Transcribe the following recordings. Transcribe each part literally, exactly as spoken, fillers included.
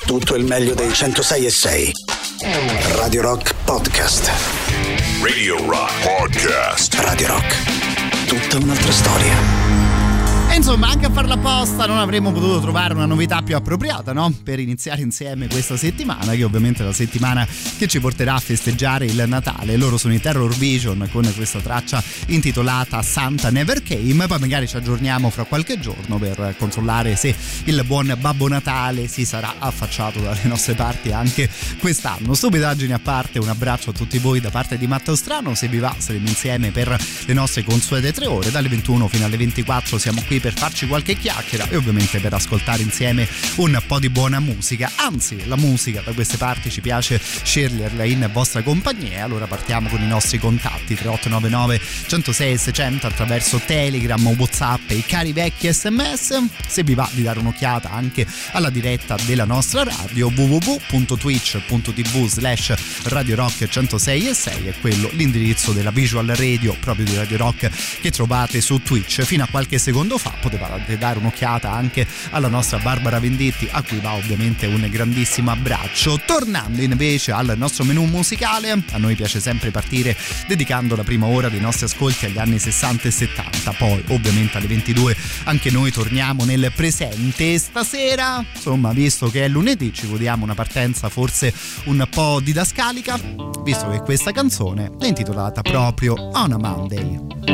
tutto il meglio dei centosei e sei. Radio Rock Podcast. Radio Rock Podcast. Radio Rock. Tutta un'altra storia. E insomma, anche a farla apposta non avremmo potuto trovare una novità più appropriata, no? Per iniziare insieme questa settimana, che ovviamente è la settimana che ci porterà a festeggiare il Natale. Loro sono i Terror Vision con questa traccia intitolata Santa Never Came. Poi magari ci aggiorniamo fra qualche giorno per controllare se il buon Babbo Natale si sarà affacciato dalle nostre parti anche quest'anno. Stupidaggini a parte, un abbraccio a tutti voi da parte di Matteo Strano. Se vi va saremo insieme per le nostre consuete tre ore, dalle ventuno fino alle ventiquattro siamo qui per farci qualche chiacchiera e ovviamente per ascoltare insieme un po' di buona musica. Anzi, la musica da queste parti ci piace sceglierla in vostra compagnia. Allora partiamo con i nostri contatti: tre otto nove nove, centosei e seicento attraverso Telegram, WhatsApp e i cari vecchi sms. Se vi va di dare un'occhiata anche alla diretta della nostra radio, w w w punto twitch punto t v slash Radio Rock centosei e sei è quello l'indirizzo della visual radio proprio di Radio Rock che trovate su Twitch. Fino a qualche secondo fa potevate dare un'occhiata anche alla nostra Barbara Venditti, a cui va ovviamente un grandissimo abbraccio. Tornando invece al nostro menù musicale, a noi piace sempre partire dedicando la prima ora dei nostri ascolti agli anni sessanta e settanta, poi ovviamente alle ventidue anche noi torniamo nel presente. Stasera, insomma, visto che è lunedì, ci godiamo una partenza forse un po' didascalica, visto che questa canzone è intitolata proprio On a Monday.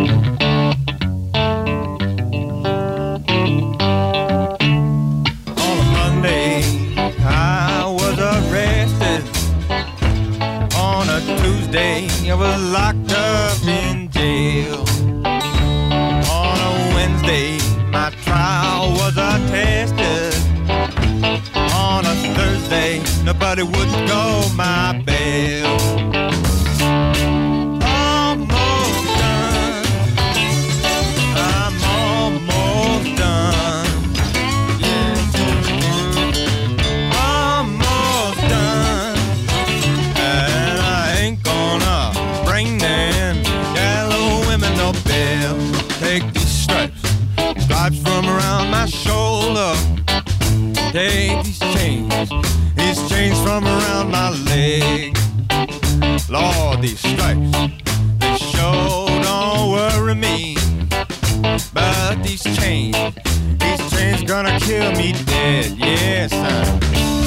Tuesday, I was locked up in jail. On a Wednesday, my trial was attested. On a Thursday, nobody would go my bail. Almost done. I'm almost done. Yeah. Almost done. And I ain't gonna bring them yellow women no bill. Take these stripes, stripes from around my shoulder. Take these chains, these chains from around my leg. Lord, these stripes, they sure don't worry me. But these chains, these chains gonna kill me dead. Yes, sir.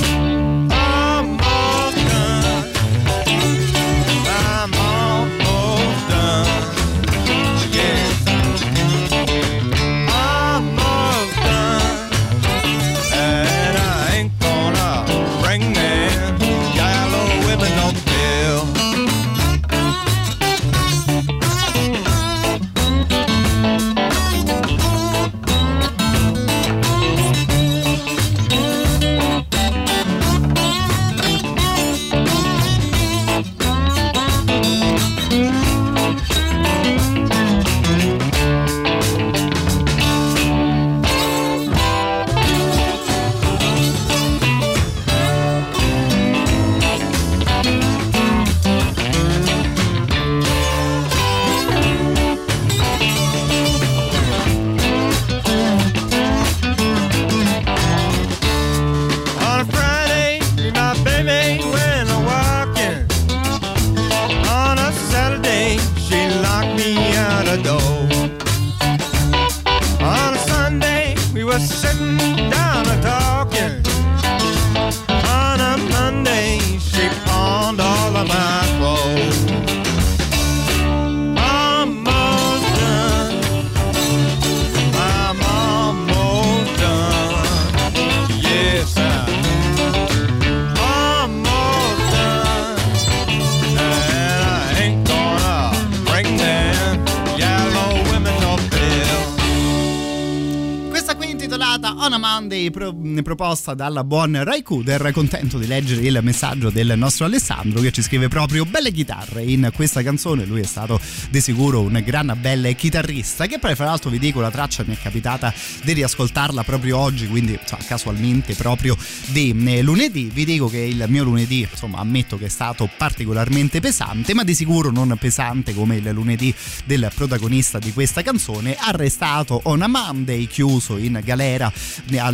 Proposta dalla buon Rai Kuder. Contento di leggere il messaggio del nostro Alessandro che ci scrive proprio: belle chitarre in questa canzone. Lui è stato di sicuro un gran bel chitarrista, che poi fra l'altro vi dico, la traccia mi è capitata di riascoltarla proprio oggi, quindi insomma, casualmente proprio di lunedì. Vi dico che il mio lunedì, insomma, ammetto che è stato particolarmente pesante, ma di sicuro non pesante come il lunedì del protagonista di questa canzone, arrestato on a Monday, chiuso in galera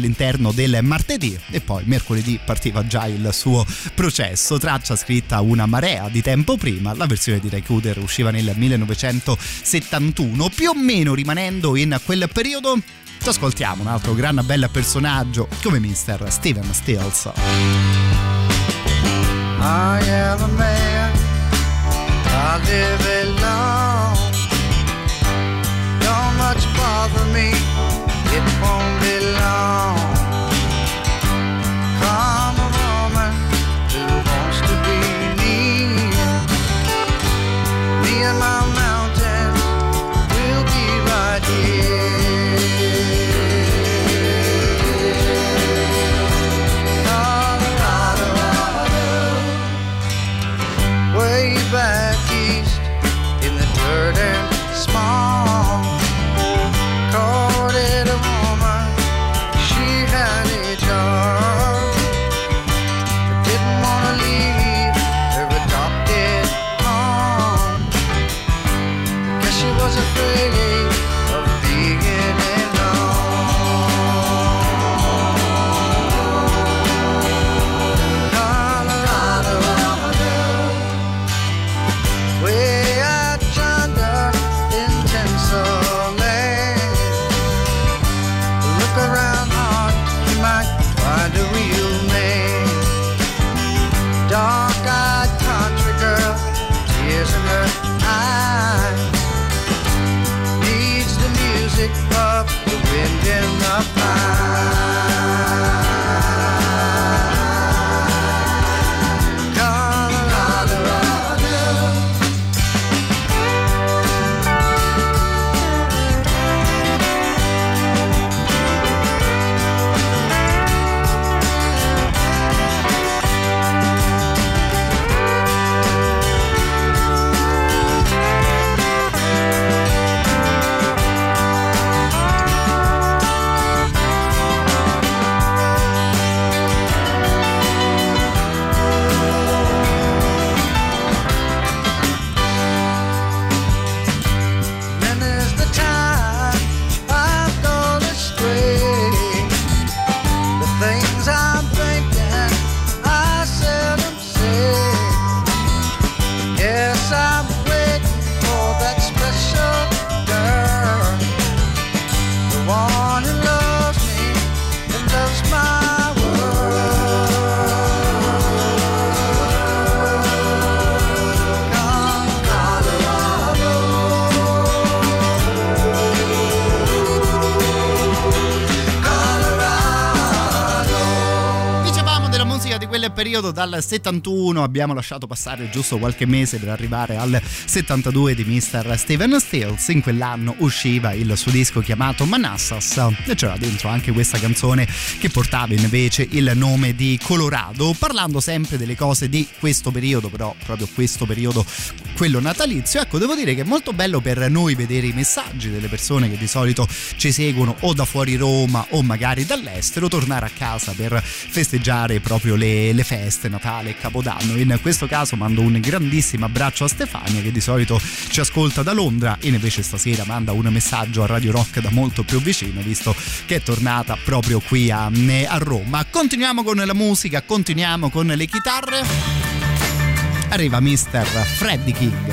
all'interno del martedì, e poi mercoledì partiva già il suo processo, traccia scritta una marea di tempo prima. La versione di Ry Cooder usciva nel millenovecentosettantuno, più o meno rimanendo in quel periodo. Ci ascoltiamo un altro gran bel personaggio come mister Stephen Stills. I am a man, I live alone. Don't much bother me, it won't be long. Come a woman who wants to be near. Me and my mountains will be right here. Way back east in the dirt and small, courted a woman, she had a job, but didn't want to leave her adopted home. Guess she was afraid of being alone. Colorado, way out yonder in Tensoland. Look around hard, you might find a real man. Dark-eyed country girl, tears in her eyes. Needs the music of the wind in the pine. Colorado, many's the time I've gone astray. The things I'm thinking I seldom say. Yes, I'm waiting for that special girl, the one who loves me and loves my world. Dicevamo della musica di quel periodo dal settantuno, abbiamo lasciato passare giusto qualche mese per arrivare al settantadue di mister Stephen Stills. In quell'anno usciva il suo disco chiamato Manassas e c'era dentro anche questa canzone che portava invece il nome di Colorado, parlando sempre delle cose di questo periodo, però proprio questo periodo, quello natalizio. Ecco, devo dire che è molto bello per noi vedere i messaggi delle persone che di solito ci seguono o da fuori Roma o magari dall'estero, tornare a casa per festeggiare proprio le, le feste, Natale e Capodanno. In questo caso mando un grandissimo abbraccio a Stefania, che di solito ci ascolta da Londra e invece stasera manda un messaggio a Radio Rock da molto più vicino, visto che è tornata proprio qui a, a Roma. Continuiamo con la musica, continuiamo con le chitarre. Arriva mister Freddie King.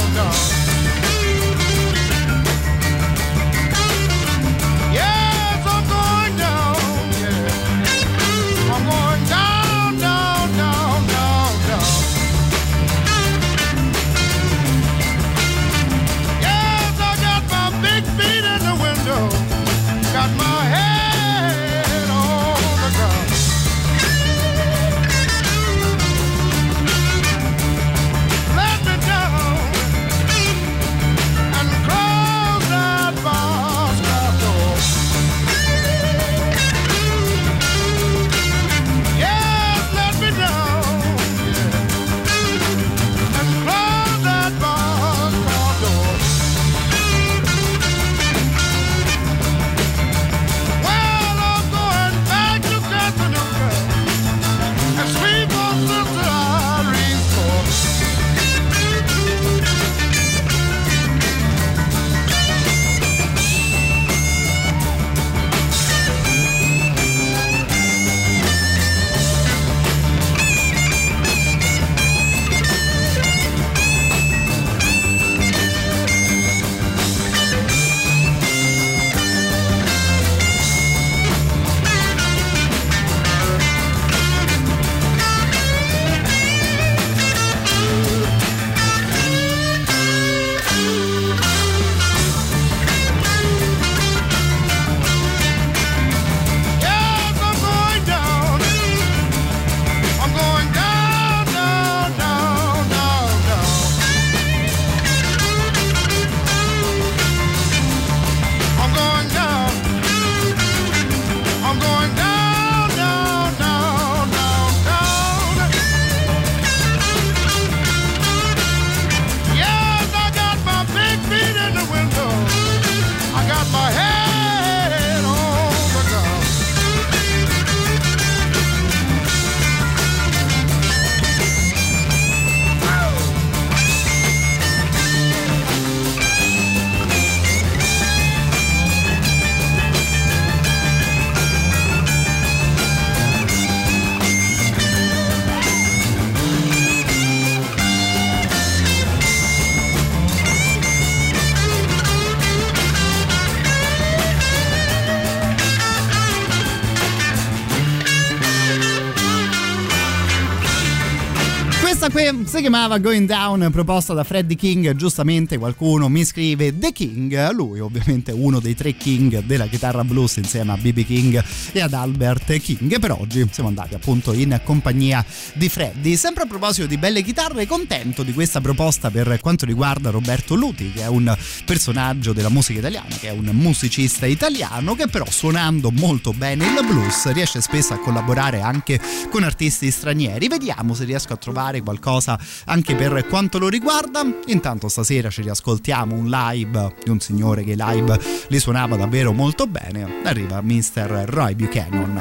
Yes, Questa qui si chiamava Going Down, proposta da Freddie King. Giustamente qualcuno mi scrive The King, lui ovviamente uno dei tre King della chitarra blues insieme a B B King e ad Albert King. Per oggi siamo andati appunto in compagnia di Freddie. Sempre a proposito di belle chitarre, contento di questa proposta per quanto riguarda Roberto Luti, che è un personaggio della musica italiana, che è un musicista italiano che però, suonando molto bene il blues, riesce spesso a collaborare anche con artisti stranieri. Vediamo se riesco a trovare qualcosa anche per quanto lo riguarda. Intanto stasera ci riascoltiamo un live di un signore che live li suonava davvero molto bene. Arriva mister Roy Buchanan.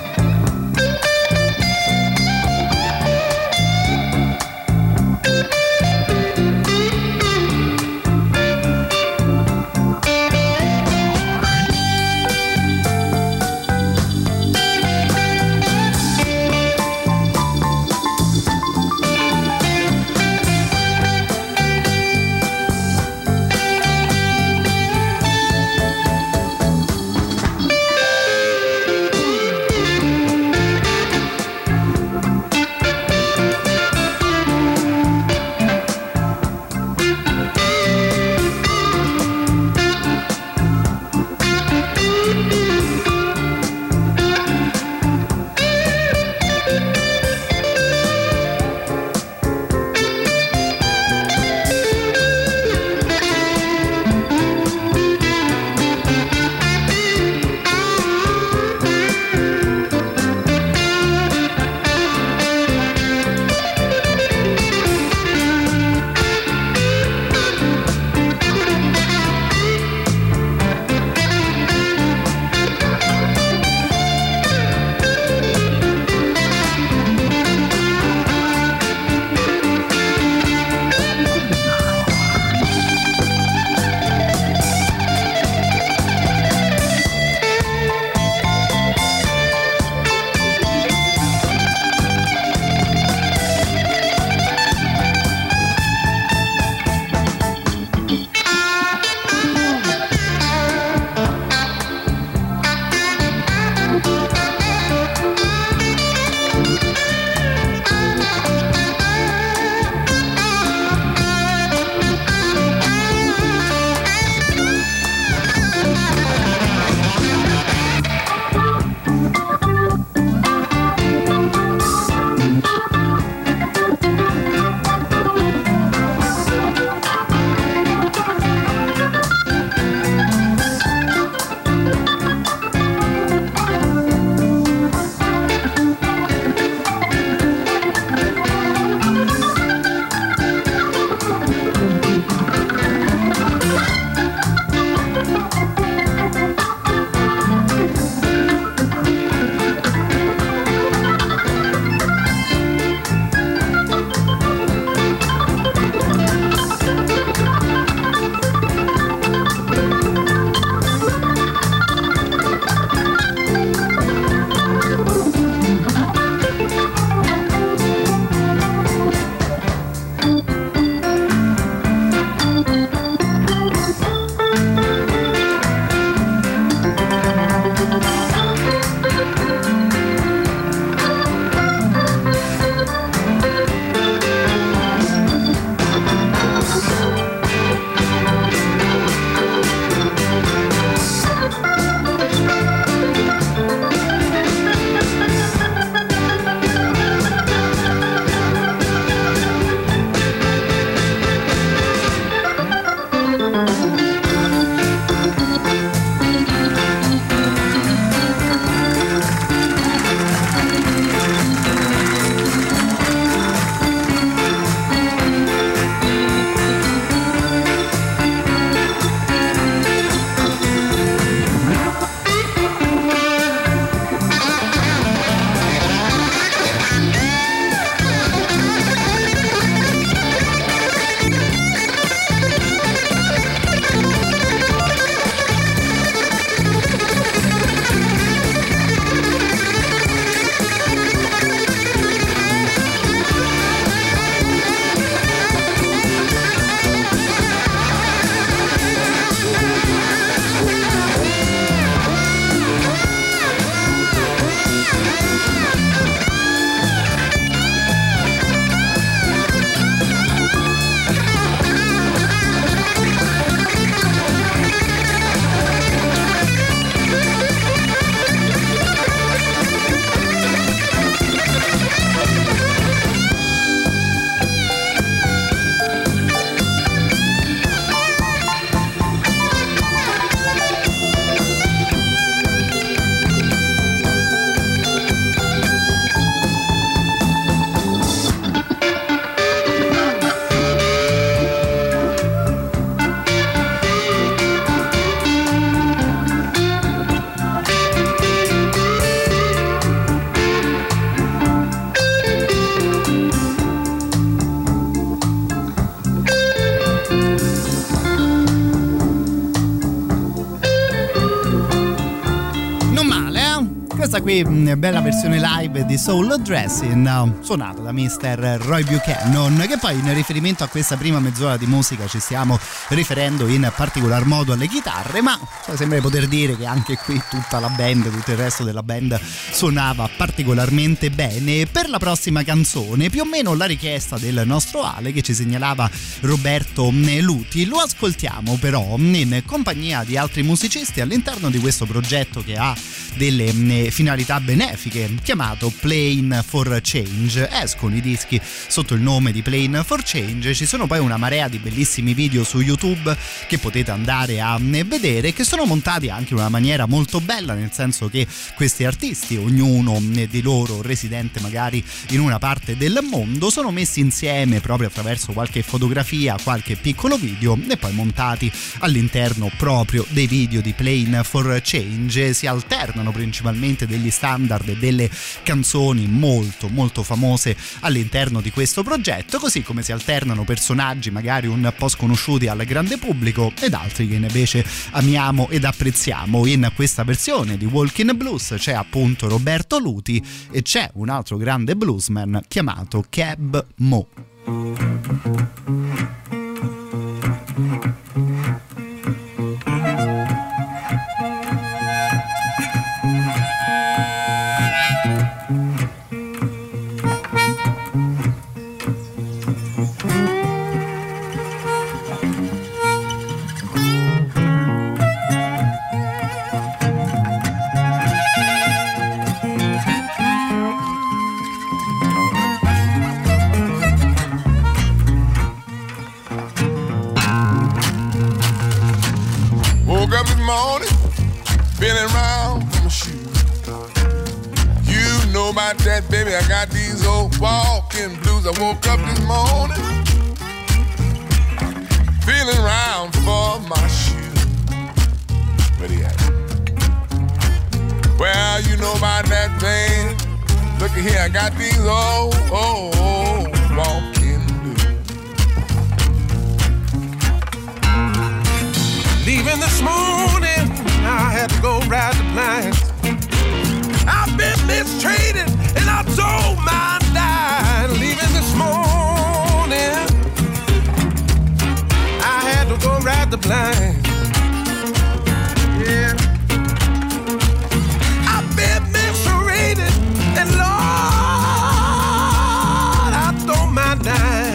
Thank questa qui bella versione live di Soul Dressing suonata da mister Roy Buchanan, che poi in riferimento a questa prima mezz'ora di musica ci stiamo riferendo in particolar modo alle chitarre, ma cioè, sembra poter dire che anche qui tutta la band, tutto il resto della band suonava particolarmente bene. Per la prossima canzone più o meno la richiesta del nostro Ale che ci segnalava Roberto Luti, lo ascoltiamo però in compagnia di altri musicisti all'interno di questo progetto che ha delle finalità benefiche chiamato Playing for Change. Escono i dischi sotto il nome di Playing for Change, ci sono poi una marea di bellissimi video su YouTube che potete andare a vedere, che sono montati anche in una maniera molto bella, nel senso che questi artisti, ognuno di loro residente magari in una parte del mondo, sono messi insieme proprio attraverso qualche fotografia, qualche piccolo video e poi montati all'interno proprio dei video di Playing for Change. Si alternano principalmente degli standard e delle canzoni molto molto famose all'interno di questo progetto, così come si alternano personaggi magari un po' sconosciuti al grande pubblico ed altri che invece amiamo ed apprezziamo. In questa versione di Walking Blues c'è appunto Roberto Luti e c'è un altro grande bluesman chiamato Cab Mo. Woke up this morning, feeling round for my shoes. You know about that, baby, I got these old walking blues. I woke up this morning, feeling round for my shoes. Where they at? Well, you know about that, man. Look at here, I got these old, old, old walking blues. Leaving this morning, I had to go ride the plains. I've been mistreated and I told my dad. Leaving this morning, I had to go ride the plains. Yeah, I've been mistreated and Lord, I told my dad.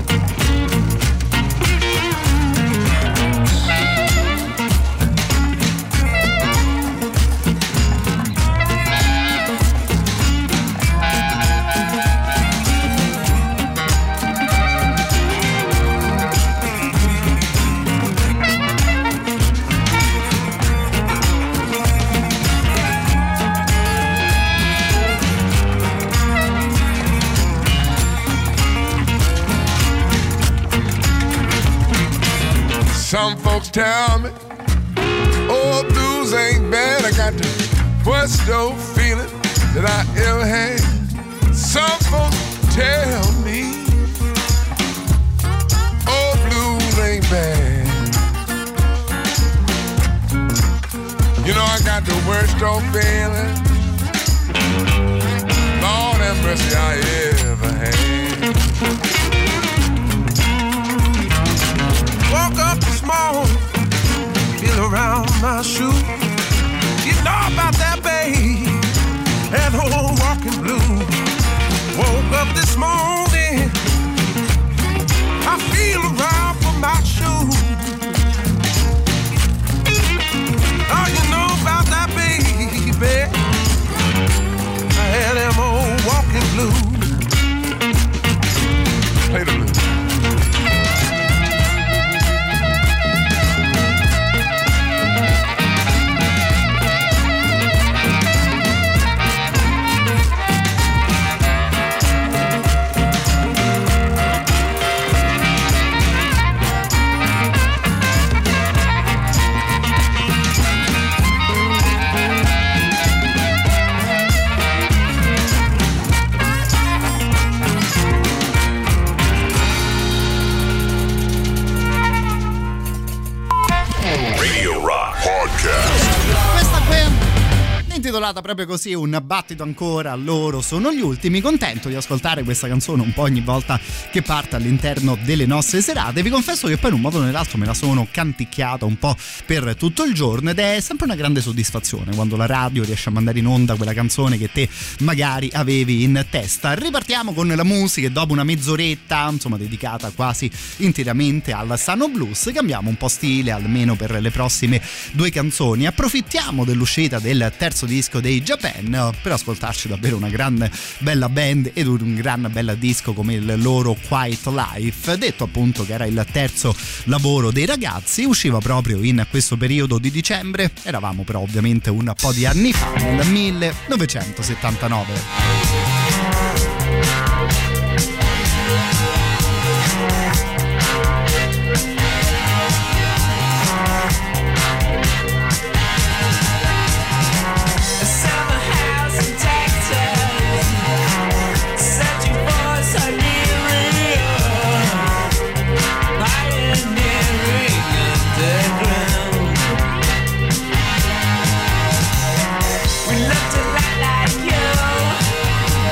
Some folks tell me, oh, blues ain't bad. I got the worst old feeling that I ever had. Some folks tell me, oh, blues ain't bad. You know I got the worst old feeling, Lord have mercy, I ever had. Woke up this morning, feel around my shoe. You know about that, babe, and old walking blue. Woke up this morning, I feel around for my shoe. Oh, you know about that, baby, I had them old walking blue. Play the blues. intitolata proprio così, Un battito ancora, loro sono gli ultimi. Contento di ascoltare questa canzone un po' ogni volta che parte all'interno delle nostre serate. Vi confesso che poi in un modo o nell'altro me la sono canticchiata un po' per tutto il giorno, ed è sempre una grande soddisfazione quando la radio riesce a mandare in onda quella canzone che te magari avevi in testa. Ripartiamo con la musica e dopo una mezz'oretta, insomma, dedicata quasi interamente al Sano Blues, cambiamo un po' stile almeno per le prossime due canzoni. Approfittiamo dell'uscita del terzo disco dei Japan per ascoltarci davvero una gran bella band ed un gran bella disco come il loro Quiet Life. Detto appunto che era il terzo lavoro dei ragazzi, usciva proprio in questo periodo di dicembre, eravamo però ovviamente un po' di anni fa, nel millenovecentosettantanove. We love to lie like you.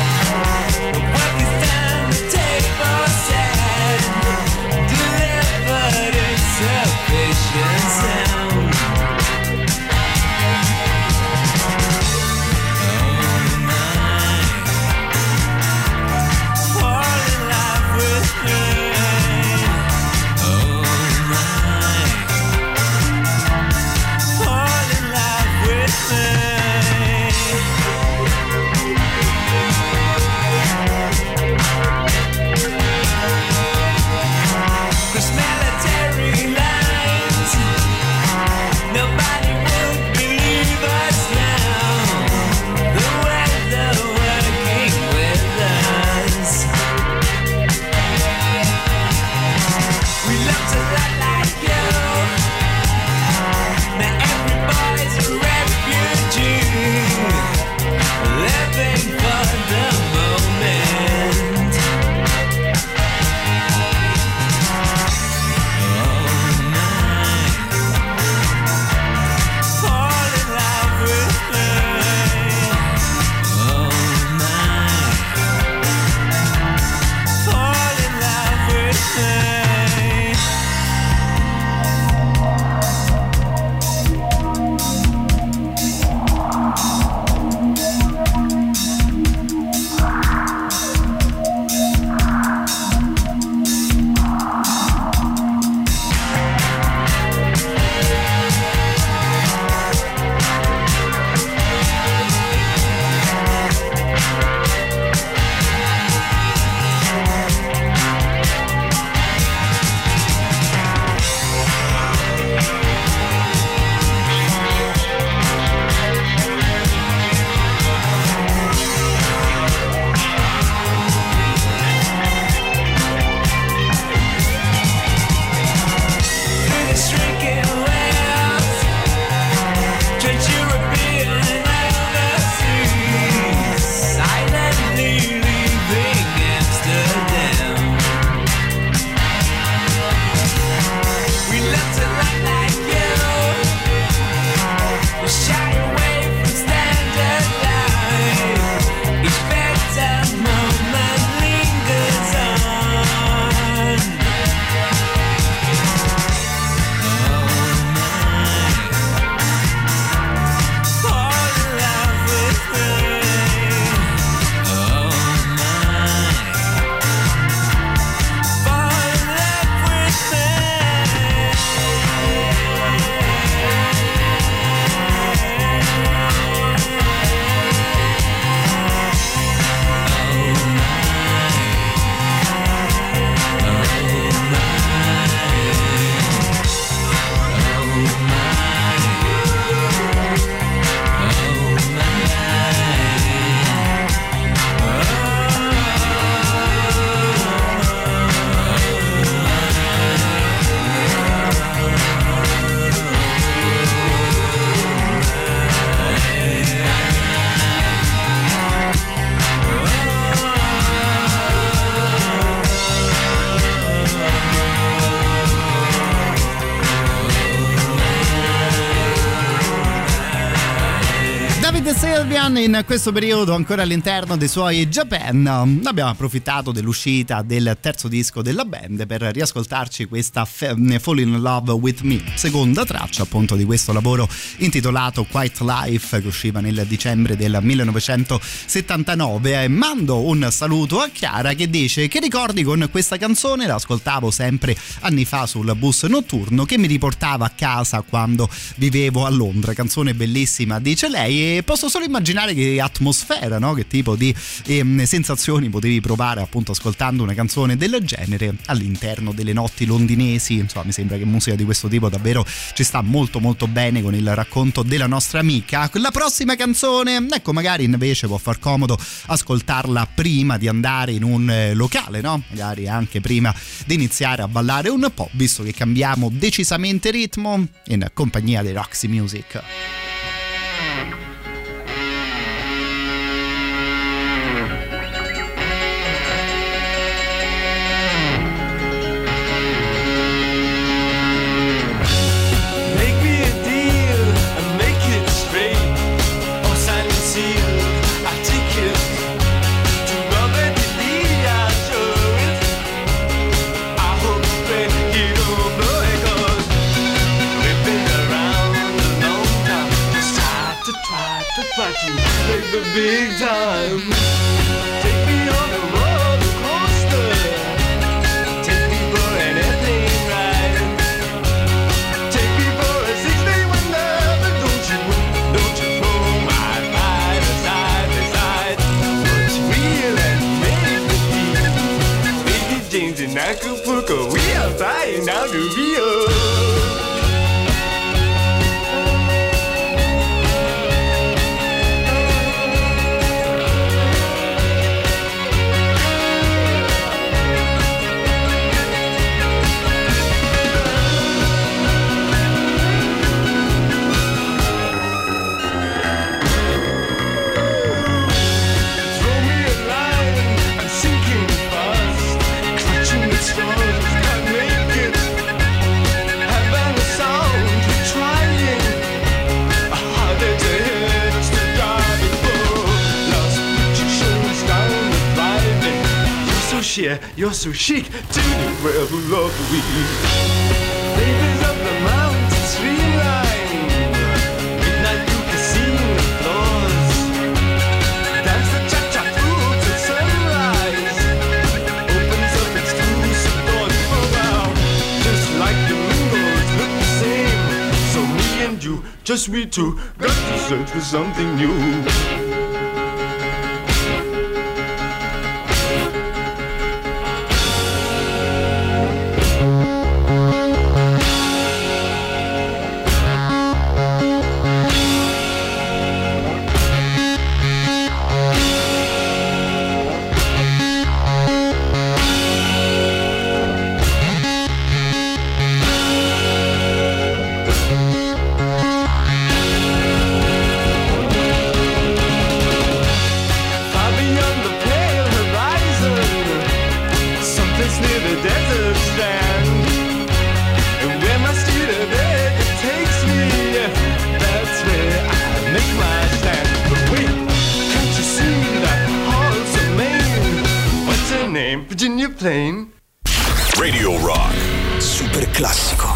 David Sylvian in questo periodo ancora all'interno dei suoi Japan. Abbiamo approfittato dell'uscita del terzo disco della band per riascoltarci questa Fall in Love With Me, seconda traccia appunto di questo lavoro intitolato Quiet Life, che usciva nel dicembre del millenovecentosettantanove. Mando un saluto a Chiara che dice: che ricordi con questa canzone? L'ascoltavo sempre anni fa sul bus notturno che mi riportava a casa quando vivevo a Londra. Canzone bellissima, dice lei, e posso solo immaginare che atmosfera, no? Che tipo di eh, sensazioni potevi provare appunto ascoltando una canzone del genere all'interno delle notti londinesi. Insomma, mi sembra che musica di questo tipo davvero ci sta molto molto bene con il racconto della nostra amica. La prossima canzone, ecco, magari invece può far comodo ascoltarla prima di andare in un eh, locale, no? Magari anche prima di iniziare a ballare un po', visto che cambiamo decisamente ritmo in compagnia dei Roxy Music. Take the big time. Take me on a roller coaster. Take me for anything right. Take me for a six-day wonder. But don't you, don't you throw my pride aside, aside. What's real and make believe. Baby James in Acapulco, we are flying down to Rio. You're so chic to the world who love the weed. Babies of the mountain streamline, midnight through casino floors. Dance the cha-cha through to sunrise. Opens up exclusive doors for now. Just like the windows look the same. So me and you, just we two, got to search for something new. Virginia Plain. Radio Rock. Super classico.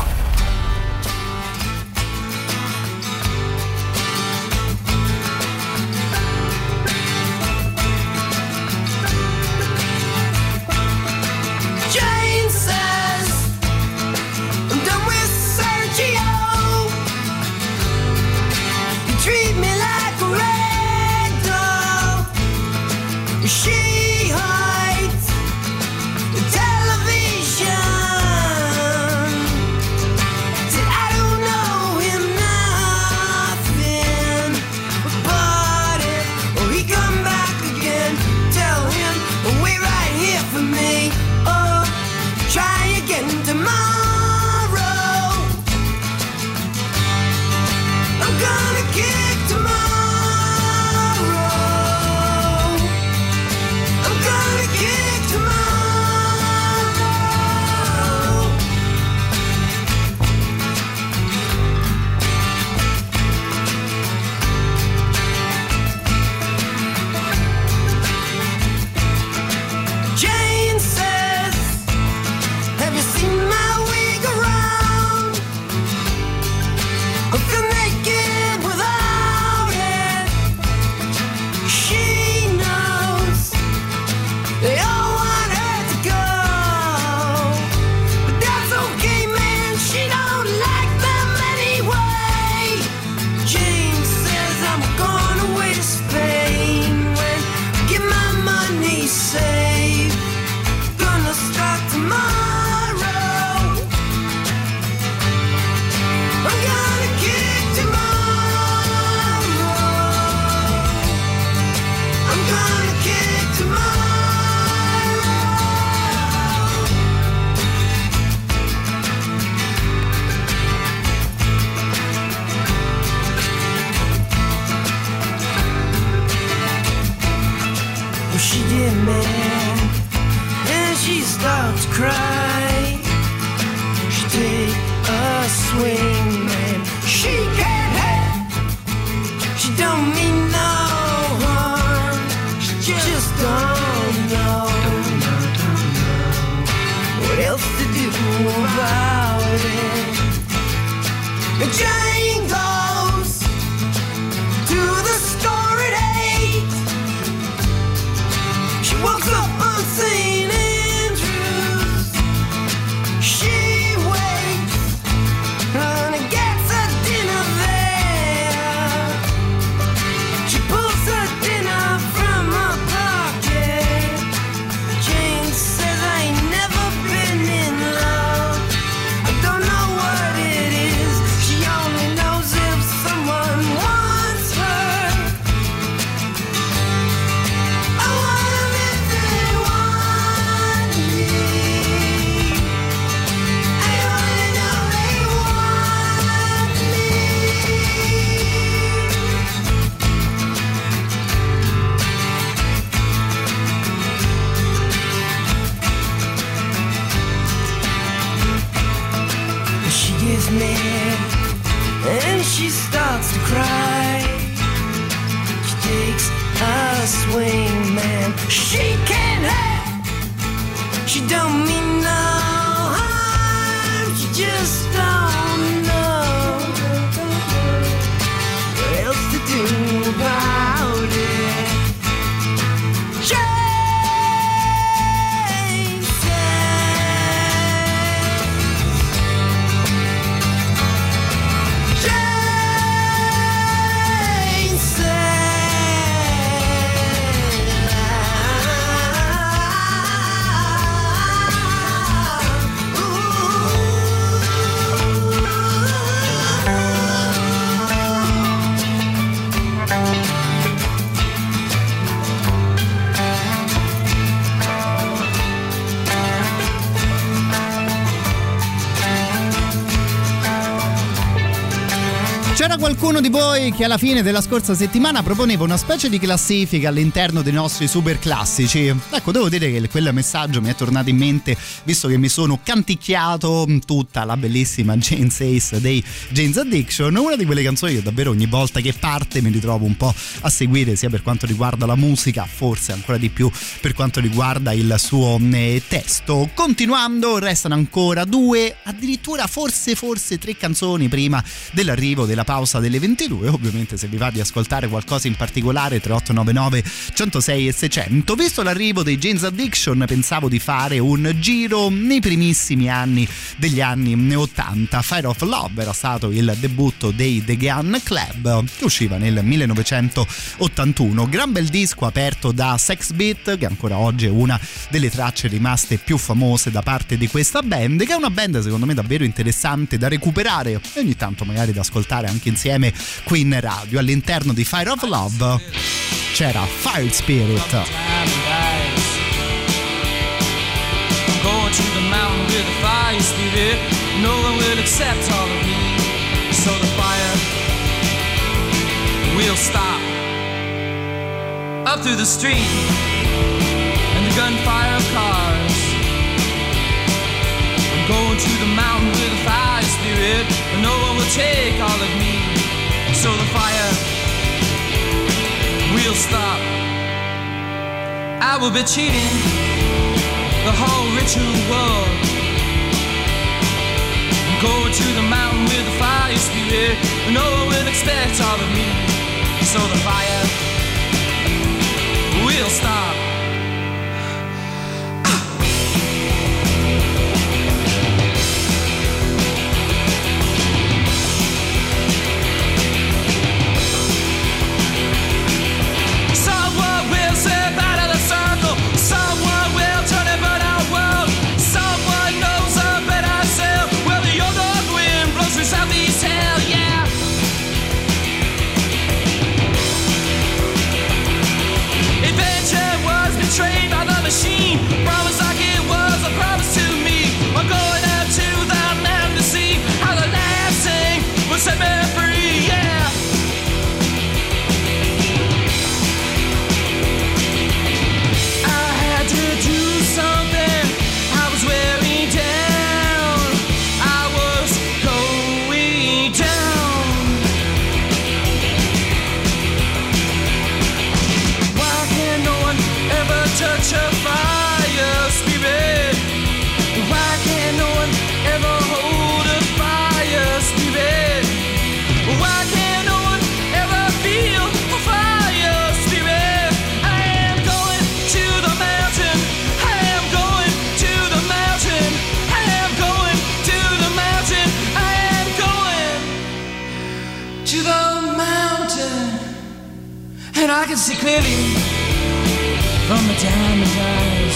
She hides the television. She get mad and she starts to cry. She take a swing and she can't help. She don't mean no harm. She just don't know what else to do about it. And Jane goes to the store at eight. She walks up on Saint Andrews. She waits and gets her dinner there. She pulls her dinner from her pocket. Jane says I ain't never been in love. I don't know what it is. She only knows if someone wants her. I want them if they want me. I only know they want me. She gets mad and she starts to cry. She takes a swing, man. She can't help. She don't mean no harm. She just don't know what else to do about it. Jane says, Jane C'era qualcuno di voi che alla fine della scorsa settimana proponeva una specie di classifica all'interno dei nostri super classici. Ecco, devo dire che quel messaggio mi è tornato in mente, visto che mi sono canticchiato tutta la bellissima Jane Says dei Jane's Addiction, una di quelle canzoni che davvero ogni volta che parte mi ritrovo un po' a seguire, sia per quanto riguarda la musica, forse ancora di più per quanto riguarda il suo eh, testo. Continuando, restano ancora due, addirittura forse forse tre canzoni prima dell'arrivo della pausa delle ventidue. Ovviamente se vi va di ascoltare qualcosa in particolare, tre otto nove nove centosei e seicento. Visto l'arrivo dei Jane's Addiction, pensavo di fare un giro nei primissimi anni degli anni ottanta. Fire of Love era stato il debutto dei The Gun Club, che usciva nel millenovecentottantuno. Gran bel disco aperto da Sex Beat, che ancora oggi è una delle tracce rimaste più famose da parte di questa band, che è una band secondo me davvero interessante da recuperare e ogni tanto magari da ascoltare anche insieme qui in radio. All'interno di Fire of Love c'era Fire Spirit. Going to the mountain with a fire spirit. No one will accept all of me. So the fire will stop. Up through the street and the gunfire of cars. I'm going to the mountain with a fire spirit. And no one will take all of me. So the fire will stop. I will be cheating the whole ritual world. I'm going to the mountain with the fire spirit. No one will expect all of me. So the fire will stop. Someone will step out of the circle. Someone will turn and burn our world. Someone knows a better self. Well, the old north wind blows through southeast hell, yeah. Adventure world. And I can see clearly from the diamond eyes.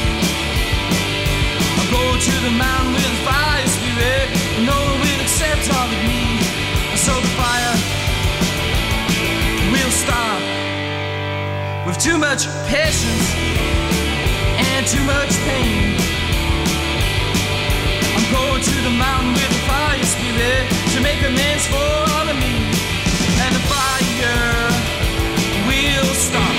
I'll go to the mountain with a fire spirit, and no one will accept all of me. So the fire will stop with too much patience and too much pain. I'm going to the mountain with a fire spirit to make amends for all of me, and the fire will stop.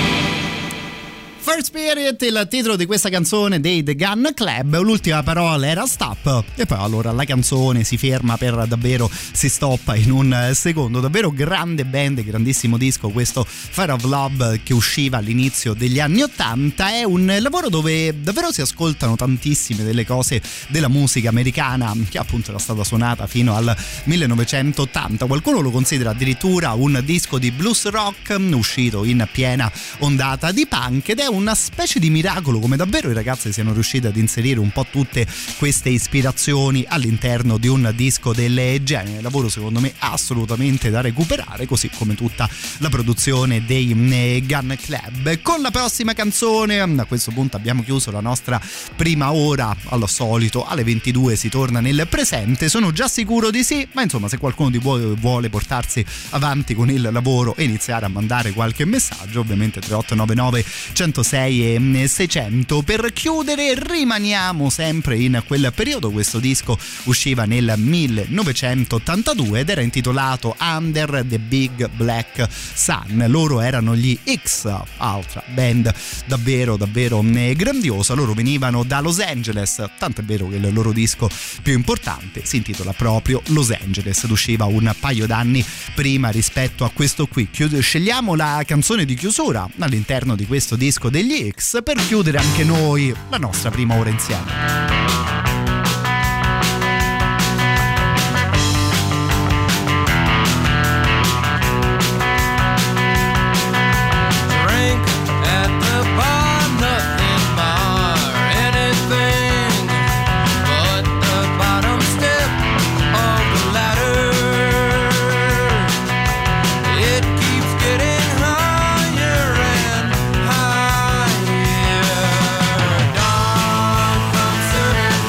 First Spirit, il titolo di questa canzone dei The Gun Club. L'ultima parola era stop, e poi allora la canzone si ferma per davvero, si stoppa in un secondo. Davvero grande band, grandissimo disco questo Fire of Love, che usciva all'inizio degli anni ottanta. È un lavoro dove davvero si ascoltano tantissime delle cose della musica americana, che appunto era stata suonata fino al millenovecentottanta. Qualcuno lo considera addirittura un disco di blues rock uscito in piena ondata di punk, ed è una specie di miracolo come davvero i ragazzi siano riusciti ad inserire un po' tutte queste ispirazioni all'interno di un disco del genere. Lavoro secondo me assolutamente da recuperare, così come tutta la produzione dei Gun Club. Con la prossima canzone a questo punto abbiamo chiuso la nostra prima ora. Al solito alle ventidue si torna nel presente, sono già sicuro di sì, ma insomma se qualcuno di voi vuole portarsi avanti con il lavoro e iniziare a mandare qualche messaggio, ovviamente tre otto nove nove centosei e seicento. Per chiudere rimaniamo sempre in quel periodo. Questo disco usciva nel millenovecentottantadue ed era intitolato Under the Big Black Sun. Loro erano gli X, altra band davvero davvero grandiosa. Loro venivano da Los Angeles, tanto è vero che il loro disco più importante si intitola proprio Los Angeles ed usciva un paio d'anni prima rispetto a questo qui. Scegliamo la canzone di chiusura all'interno di questo disco degli X per chiudere anche noi la nostra prima ora insieme. Dawn comes sooner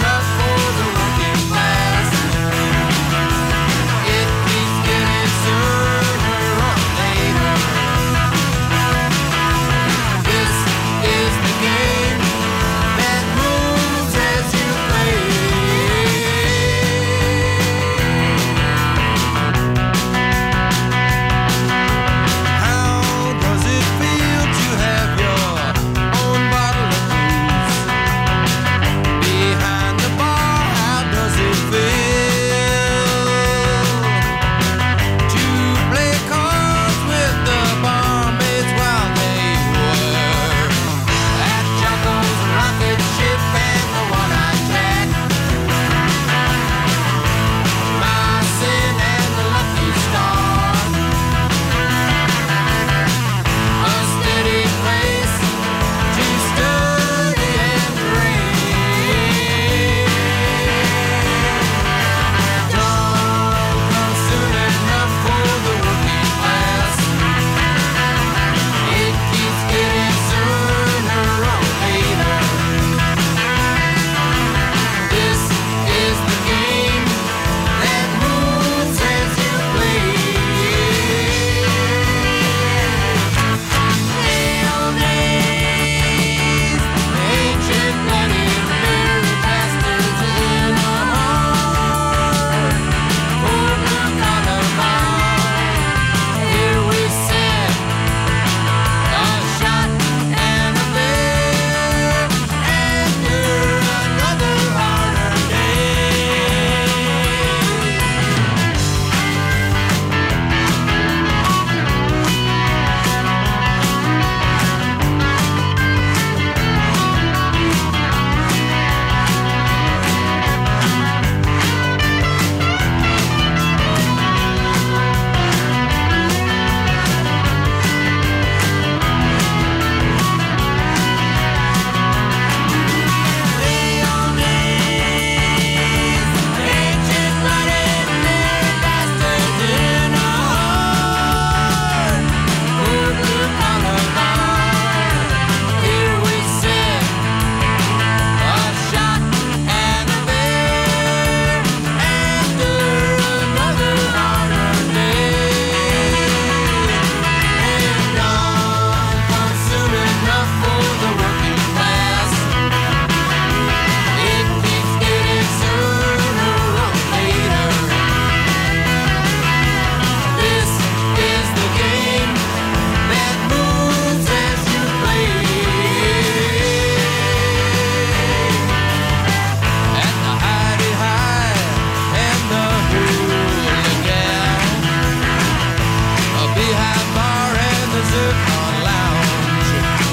Woodlawn Lounge.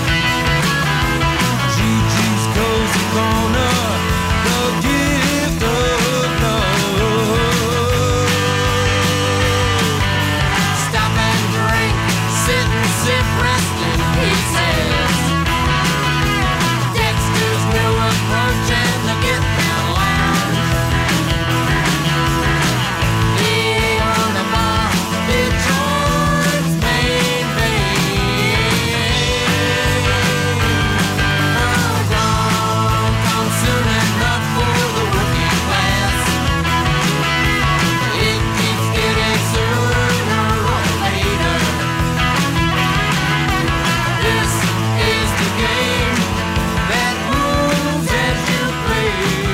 Gigi's Cozy Corner, the gift of love. Stop and drink, sit and sip, rest in pieces. Dexter's new approach and the Get Down Lounge. The on the bar, Detroit's main base. Oh, dawn comes soon enough for the working class. It keeps getting sooner or later. This is the game that moves as you play.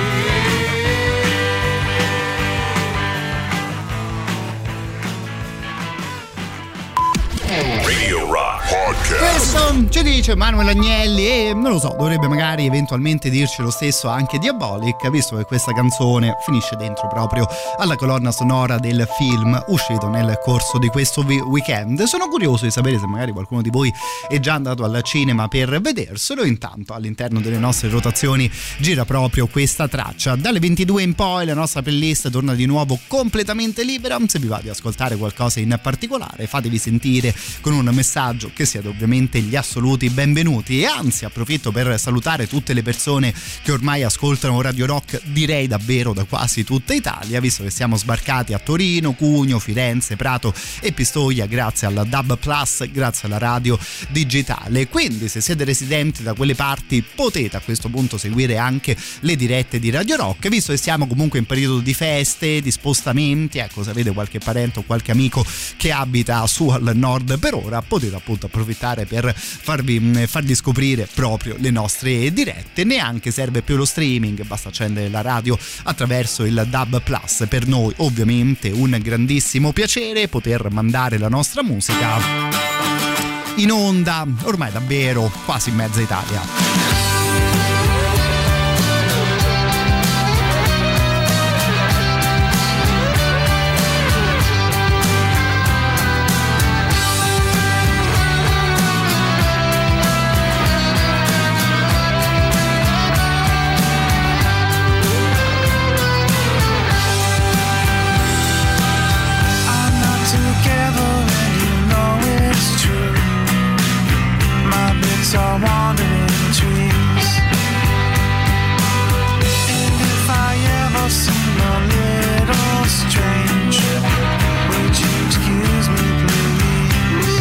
Radio Rock Podcast. Questo ci dice Manuel Agnelli e non lo so, dovrebbe magari eventualmente dirci lo stesso anche Diabolic, visto che questa canzone finisce dentro proprio alla colonna sonora del film uscito nel corso di questo vi- weekend. Sono curioso di sapere se magari qualcuno di voi è già andato al cinema per vederselo. Intanto all'interno delle nostre rotazioni gira proprio questa traccia. Dalle ventidue in poi la nostra playlist torna di nuovo completamente libera. Se vi va di ascoltare qualcosa in particolare, fatevi sentire con un messaggio che siete ovviamente gli assoluti benvenuti. E anzi, approfitto per salutare tutte le persone che ormai ascoltano Radio Rock, direi davvero da quasi tutta Italia, visto che siamo sbarcati a Torino, Cugno, Firenze, Prato e Pistoia grazie alla D A B Plus, grazie alla radio digitale. Quindi se siete residenti da quelle parti potete a questo punto seguire anche le dirette di Radio Rock, visto che siamo comunque in periodo di feste, di spostamenti. Ecco, se avete qualche parente o qualche amico che abita su al nord per ora, potete appunto approfittare per farvi, farvi scoprire proprio le nostre dirette. Neanche serve più lo streaming, basta accendere la radio attraverso il D A B Plus. Per noi ovviamente un grandissimo piacere poter mandare la nostra musica in onda ormai davvero quasi in mezza Italia. Are wandering trees, and if I ever seem a little strange, would you excuse me, please?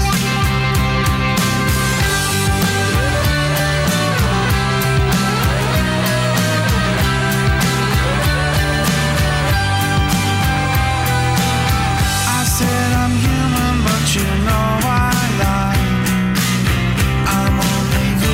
I said I'm human, but you know I lie. I'm only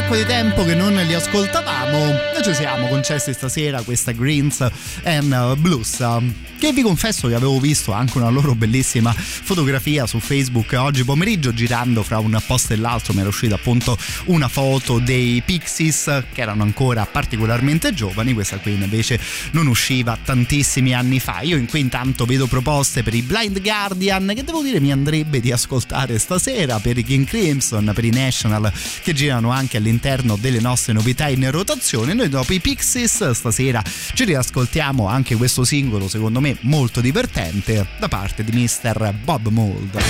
sacco di tempo che non li ascoltavamo e ci siamo concessi stasera questa Greens and Blues, che vi confesso che avevo visto anche una loro bellissima fotografia su Facebook oggi pomeriggio. Girando fra un post e l'altro mi era uscita appunto una foto dei Pixies che erano ancora particolarmente giovani. Questa qui invece non usciva tantissimi anni fa. Io in qui intanto vedo proposte per i Blind Guardian, che devo dire mi andrebbe di ascoltare stasera, per i King Crimson, per i National, che girano anche all'interno delle nostre novità in rotazione. Noi dopo i Pixies stasera ci riascoltiamo anche questo singolo secondo me molto divertente da parte di mister Bob Mould.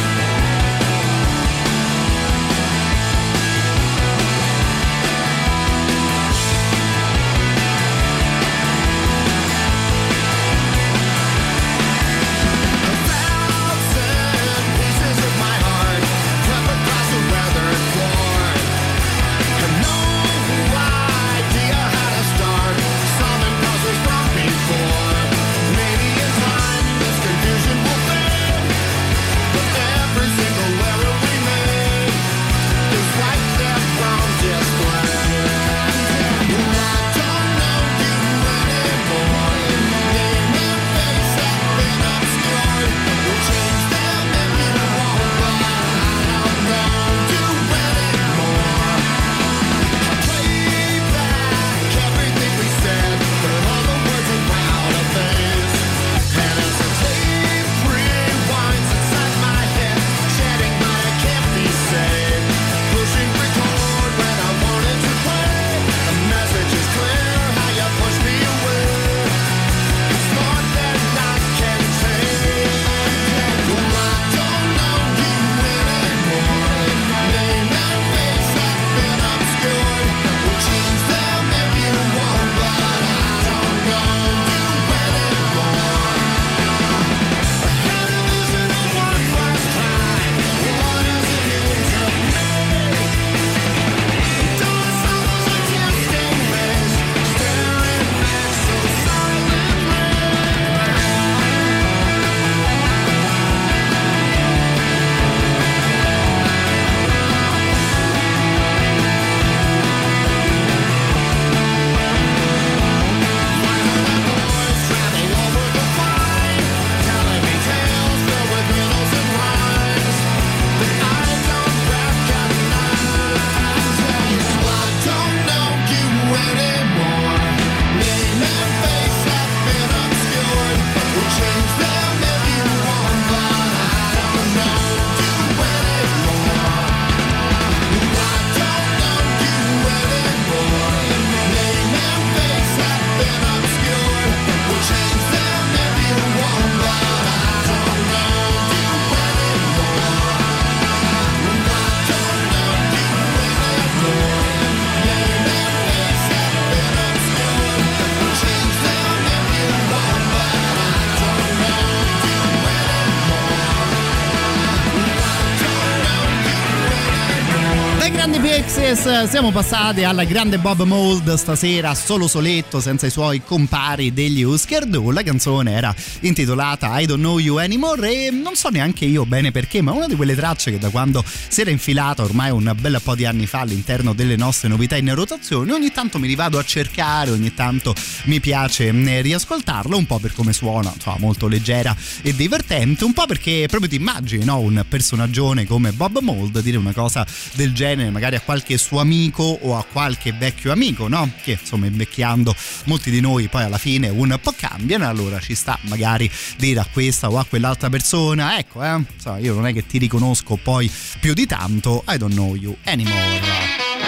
Siamo passati alla grande Bob Mould stasera, solo soletto, senza i suoi compari degli Husker Du. La canzone era intitolata I Don't Know You Anymore e non so neanche io bene perché, ma una di quelle tracce che da quando si era infilata ormai un bel po' di anni fa all'interno delle nostre novità in rotazione, ogni tanto mi rivado a cercare, ogni tanto mi piace riascoltarlo, un po' per come suona, insomma, molto leggera e divertente, un po' perché proprio ti immagini, no? Un personaggione come Bob Mould dire una cosa del genere magari a qualche suo amico o a qualche vecchio amico, no? Che insomma invecchiando molti di noi poi alla fine un po' cambiano, allora ci sta magari dire a questa o a quell'altra persona, ecco, eh, insomma, io non è che ti riconosco poi più di tanto, I don't know you anymore.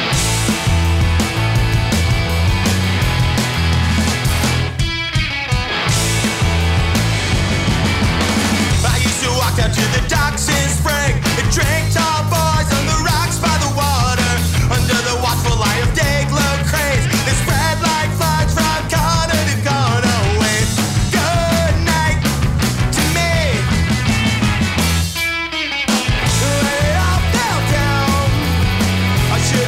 Down to the docks in spring and drank tall boys on the rocks by the water under the watchful eye of day glow craze that spread like fudge from corner to corner. Wave good night to me. When it all fell down, I should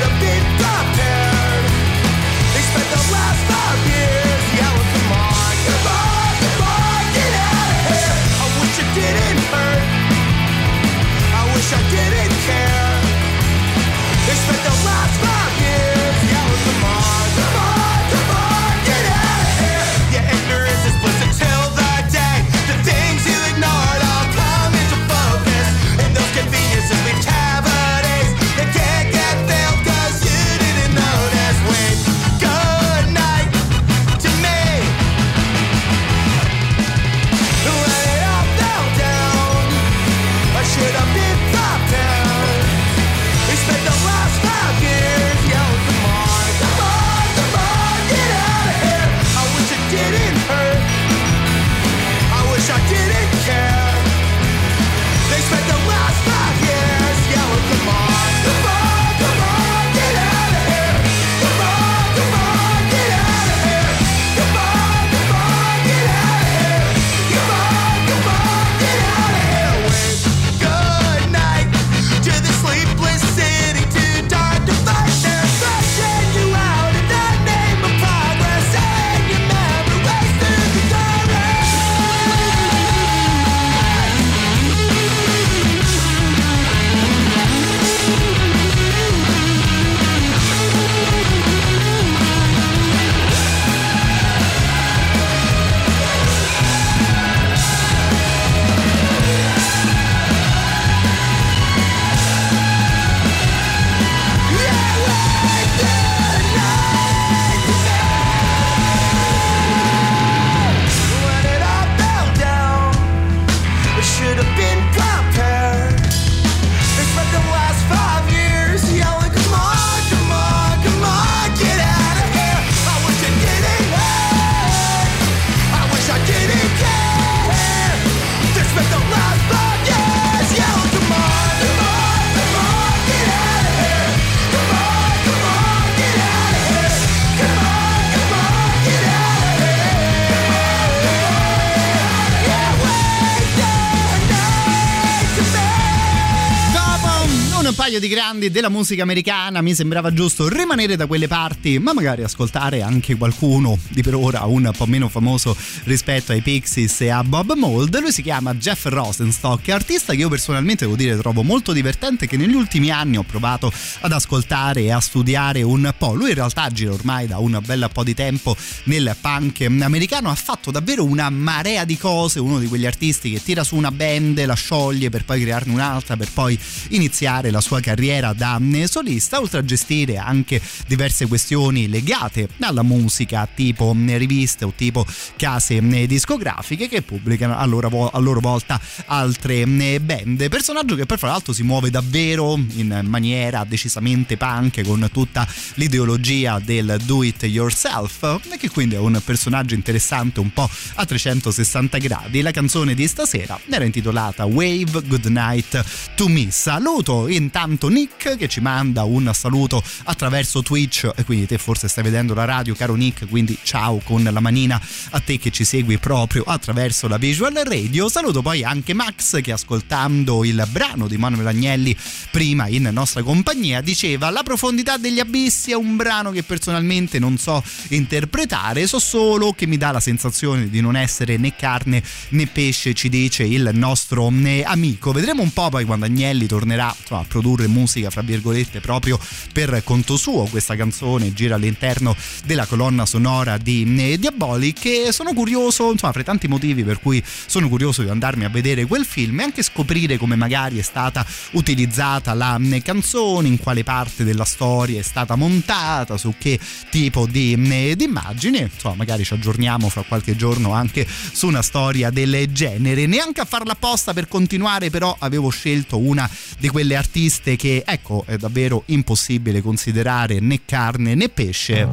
paio di grandi della musica americana, mi sembrava giusto rimanere da quelle parti, ma magari ascoltare anche qualcuno di per ora un po' meno famoso rispetto ai Pixies e a Bob Mould. Lui si chiama Jeff Rosenstock, artista che io personalmente devo dire trovo molto divertente, che negli ultimi anni ho provato ad ascoltare e a studiare un po'. Lui in realtà gira ormai da un bel po' di tempo nel punk americano, ha fatto davvero una marea di cose, uno di quegli artisti che tira su una band, la scioglie per poi crearne un'altra, per poi iniziare la sua carriera da solista, oltre a gestire anche diverse questioni legate alla musica, tipo riviste o tipo case discografiche che pubblicano a loro, a loro volta altre band. Personaggio che poi fra l'altro si muove davvero in maniera decisamente punk, con tutta l'ideologia del do it yourself, e che quindi è un personaggio interessante un po' a trecentosessanta gradi. La canzone di stasera era intitolata Wave Goodnight to Me. Saluto intanto Nick che ci manda un saluto attraverso Twitch, e quindi te forse stai vedendo la radio, caro Nick, quindi ciao con la manina a te che ci segui proprio attraverso la Visual Radio. Saluto poi anche Max che, ascoltando il brano di Manuel Agnelli prima in nostra compagnia, diceva: la profondità degli abissi è un brano che personalmente non so interpretare, so solo che mi dà la sensazione di non essere né carne né pesce, ci dice il nostro amico. Vedremo un po' poi quando Agnelli tornerà, insomma, a produrre musica fra virgolette proprio per conto suo. Questa canzone gira all'interno della colonna sonora di Diabolic, e sono curioso, insomma, fra tanti motivi per cui sono curioso di andarmi a vedere quel film e anche scoprire come magari è stata utilizzata la canzone, in quale parte della storia è stata montata, su che tipo di, di immagini. Insomma, magari ci aggiorniamo fra qualche giorno anche su una storia del genere. Neanche a farla apposta per continuare, però avevo scelto una di quelle artiste che, ecco, è davvero impossibile considerare né carne né pesce,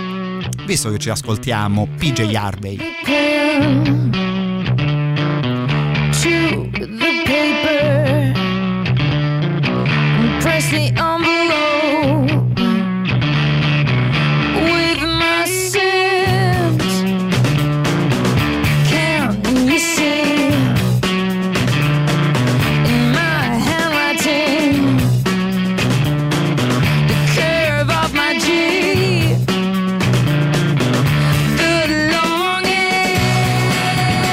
visto che ci ascoltiamo P J Harvey. To the paper, press the envelope with my sins. Can you see in my handwriting the curve of my G? Good longing.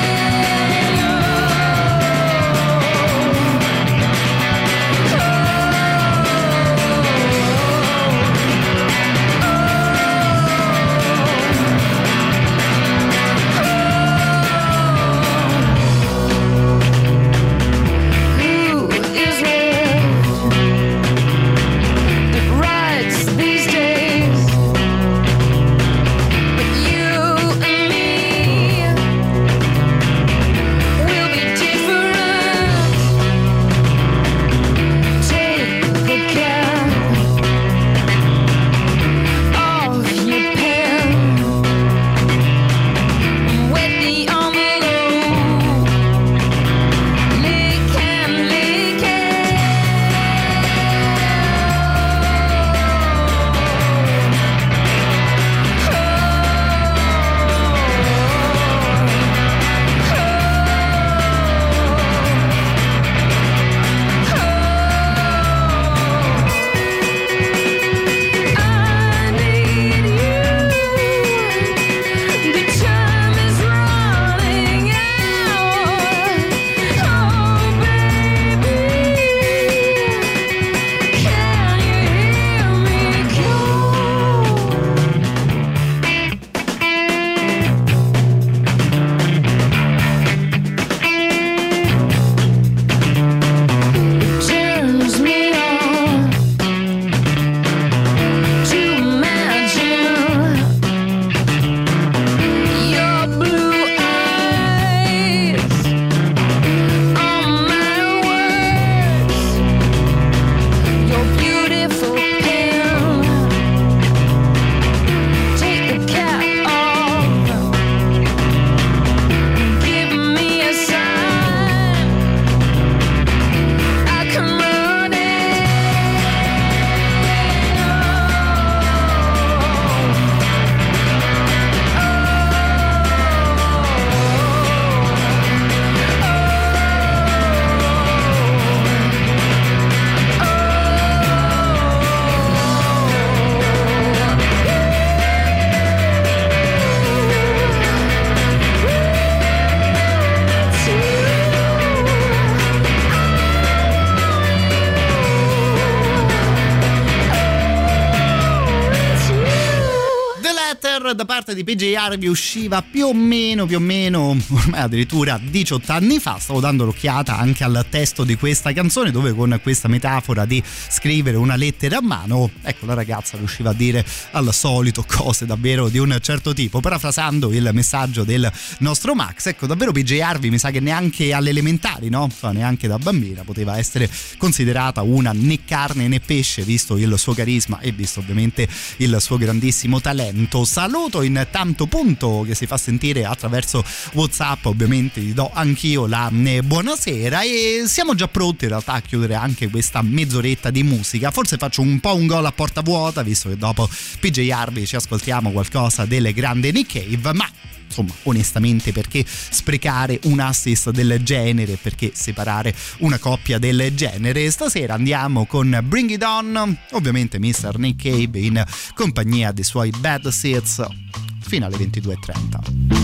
da parte di P J Harvey usciva più o meno, più o meno, ormai addirittura diciotto anni fa. Stavo dando l'occhiata anche al testo di questa canzone, dove con questa metafora di scrivere una lettera a mano, ecco, la ragazza riusciva a dire al solito cose davvero di un certo tipo. Parafrasando il messaggio del nostro Max, ecco, davvero P J Harvey mi sa che neanche alle elementari, no? Cioè, neanche da bambina poteva essere considerata una né carne né pesce, visto il suo carisma e visto ovviamente il suo grandissimo talento. Saluto intanto Punto, che si fa sentire attraverso WhatsApp, ovviamente gli do anch'io la buonasera, e siamo già pronti in realtà a chiudere anche questa mezz'oretta di musica. Forse faccio un po' un gol a porta vuota, visto che dopo P J Harvey ci ascoltiamo qualcosa del grande Nick Cave, ma insomma, onestamente, perché sprecare un assist del genere, perché separare una coppia del genere? Stasera andiamo con Bring It On, ovviamente mister Nick Cave in compagnia dei suoi Bad Seeds fino alle ventidue e trenta.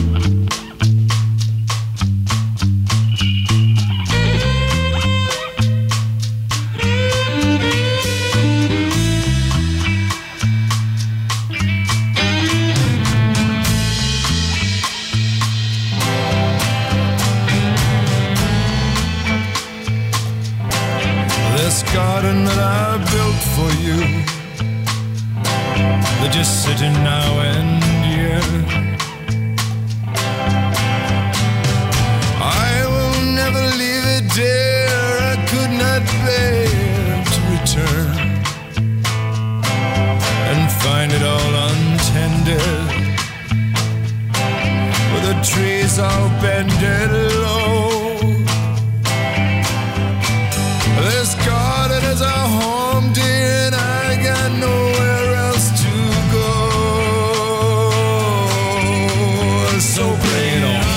This garden that I built for you, they're just sitting now and here. I will never leave it, dear, I could not bear to return and find it all untended, with the trees all bended low. This garden is a home, dear, and I got nowhere else to go. So bring it on.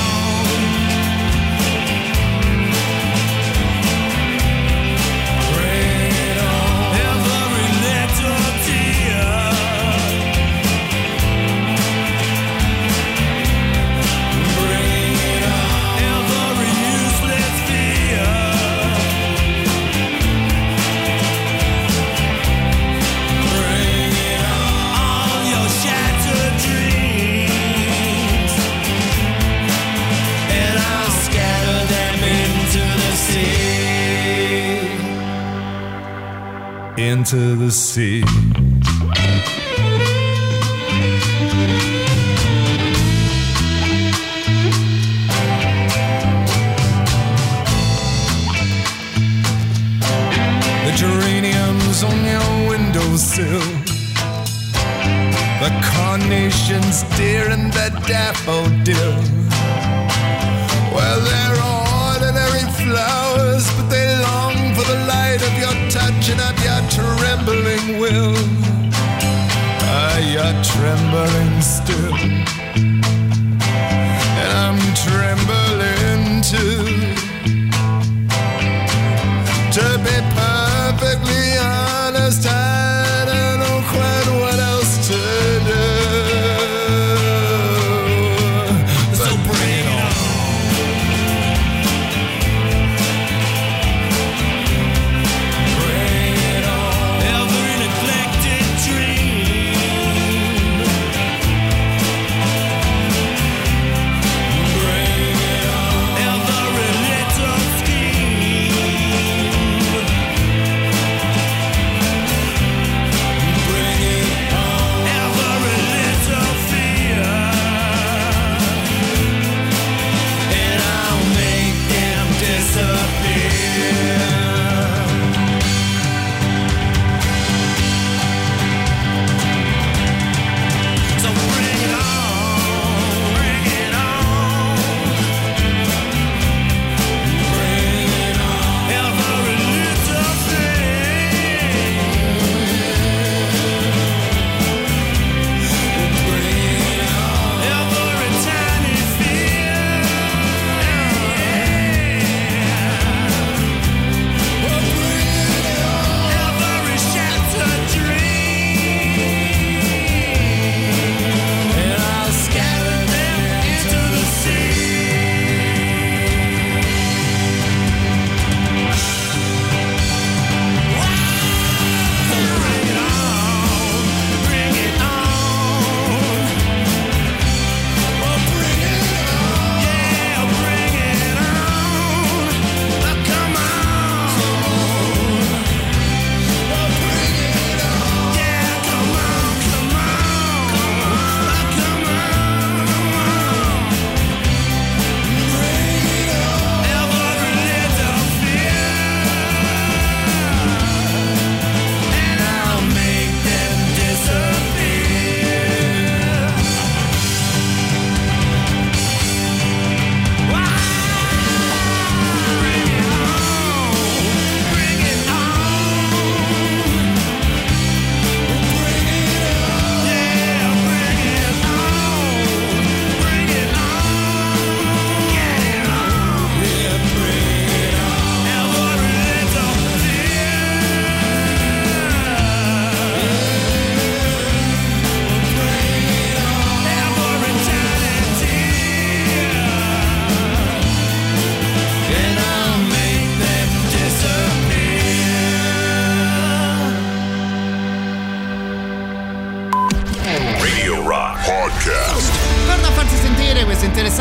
Bring it on. Every little tear. Bring it on. Every useless fear. Into the sea. The geraniums on your windowsill, the carnations, dear, and the daffodil. Well, they're ordinary flowers, but they long for the light of your touch and of your trembling will. Ah, you're trembling still, and I'm trembling too. To be perfectly honest, I don't know quite what else to do. So bring it on. Bring it on. Every neglected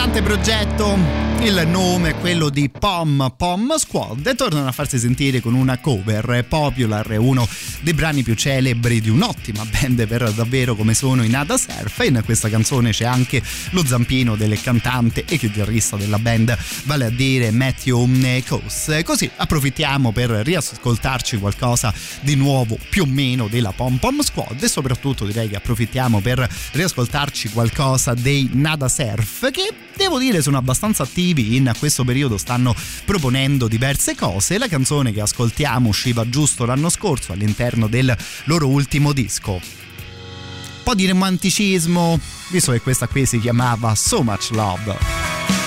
interessante progetto. Il nome è quello di Pom Pom Squad e tornano a farsi sentire con una cover. Popular è uno dei brani più celebri di un'ottima band per davvero come sono i Nada Surf, e in questa canzone c'è anche lo zampino del cantante e chitarrista della band, vale a dire Matthew Coase. Così approfittiamo per riascoltarci qualcosa di nuovo più o meno della Pom Pom Squad, e soprattutto direi che approfittiamo per riascoltarci qualcosa dei Nada Surf, che devo dire sono abbastanza attivi in questo periodo, stanno proponendo diverse cose. La canzone che ascoltiamo usciva giusto l'anno scorso all'interno del loro ultimo disco. Un po' di romanticismo, visto che questa qui si chiamava So Much Love.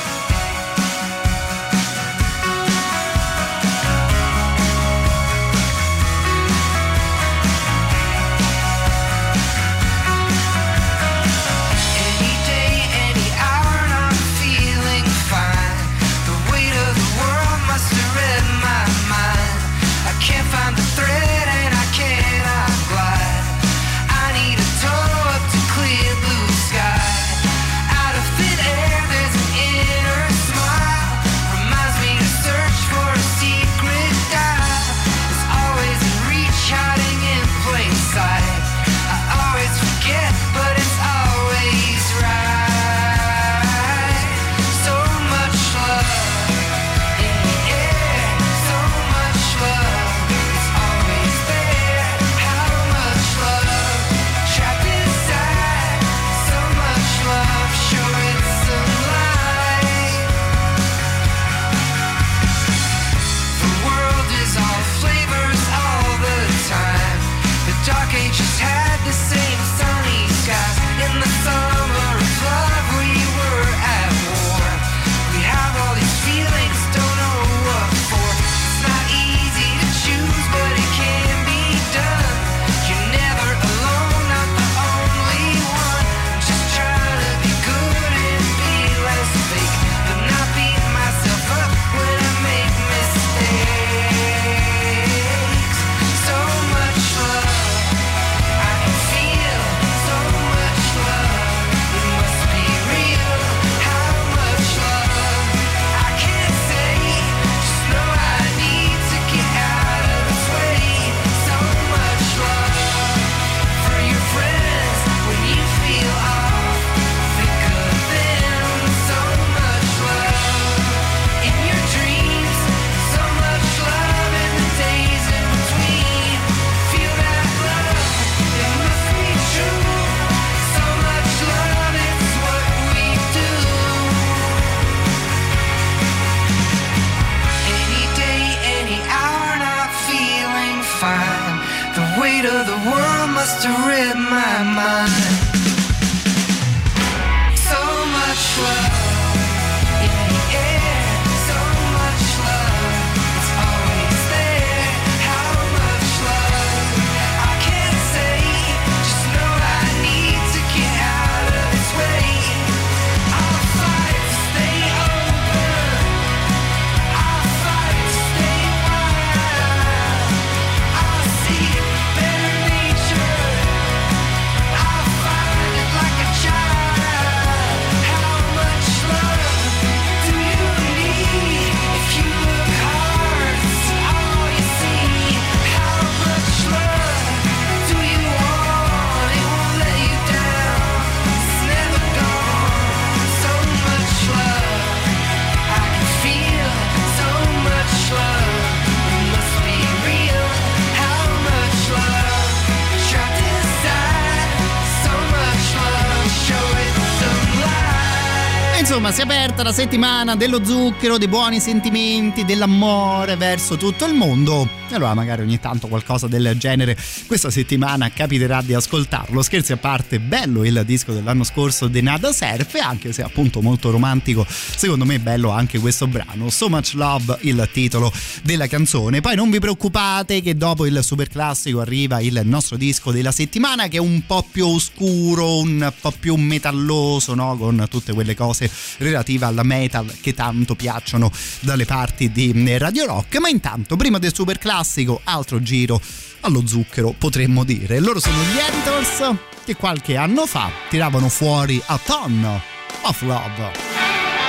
Insomma, si è aperta la settimana dello zucchero, dei buoni sentimenti, dell'amore verso tutto il mondo. E allora magari ogni tanto qualcosa del genere questa settimana capiterà di ascoltarlo. Scherzi a parte, bello il disco dell'anno scorso dei Nada Surf, e anche se appunto molto romantico, secondo me è bello anche questo brano. So Much Love, il titolo della canzone. Poi non vi preoccupate che dopo il super classico arriva il nostro disco della settimana, che è un po' più oscuro, un po' più metalloso, no? Con tutte quelle cose relative alla metal che tanto piacciono dalle parti di Radio Rock. Ma intanto, prima del super classico, altro giro allo zucchero, potremmo dire. Loro sono gli Editors, che qualche anno fa tiravano fuori A Ton of Love.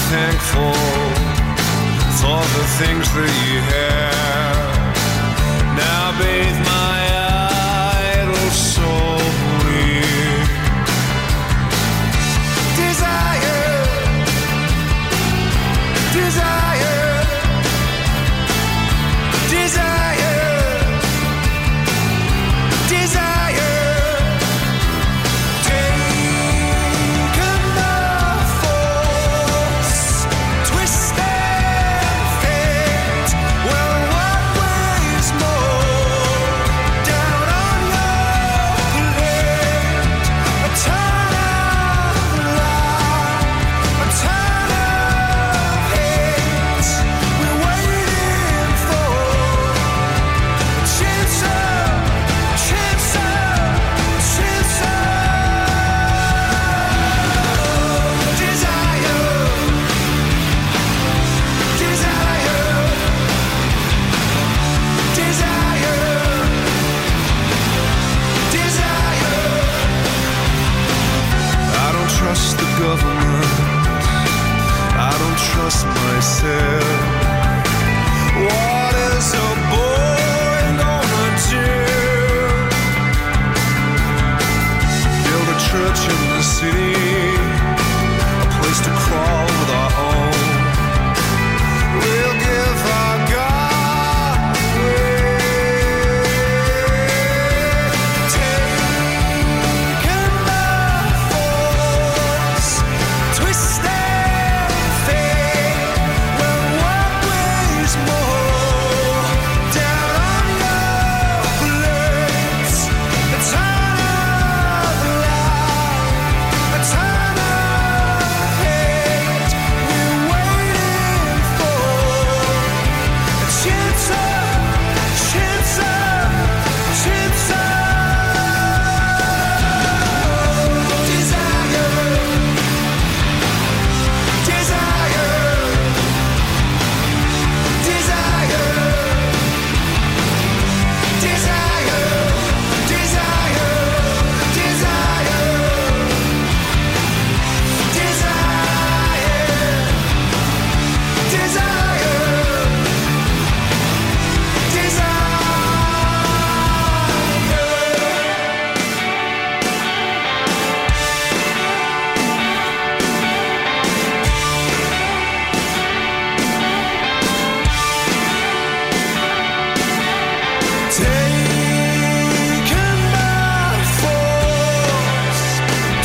thankful for the things that you have. Now bathe my idle soul in desire, desire, desire, desire. Taken by force, twisted fate. Well, what weighs more down on your plate? A ton of love, a ton of hate. We're waiting for a chance of, chance of, chance of desire, desire, desire, desire. I don't trust the government, I don't trust myself. What is a boy gonna do? Build a church in the city, a place to crawl with our own. We'll give our God away. Taken by force, twisted fate. Well, what weighs more down on your plates? A ton of love, a ton of hate. We're waiting for a chance of, chance of, chance of desire, desire, desire, desire, desire, desire, desire, taken by force,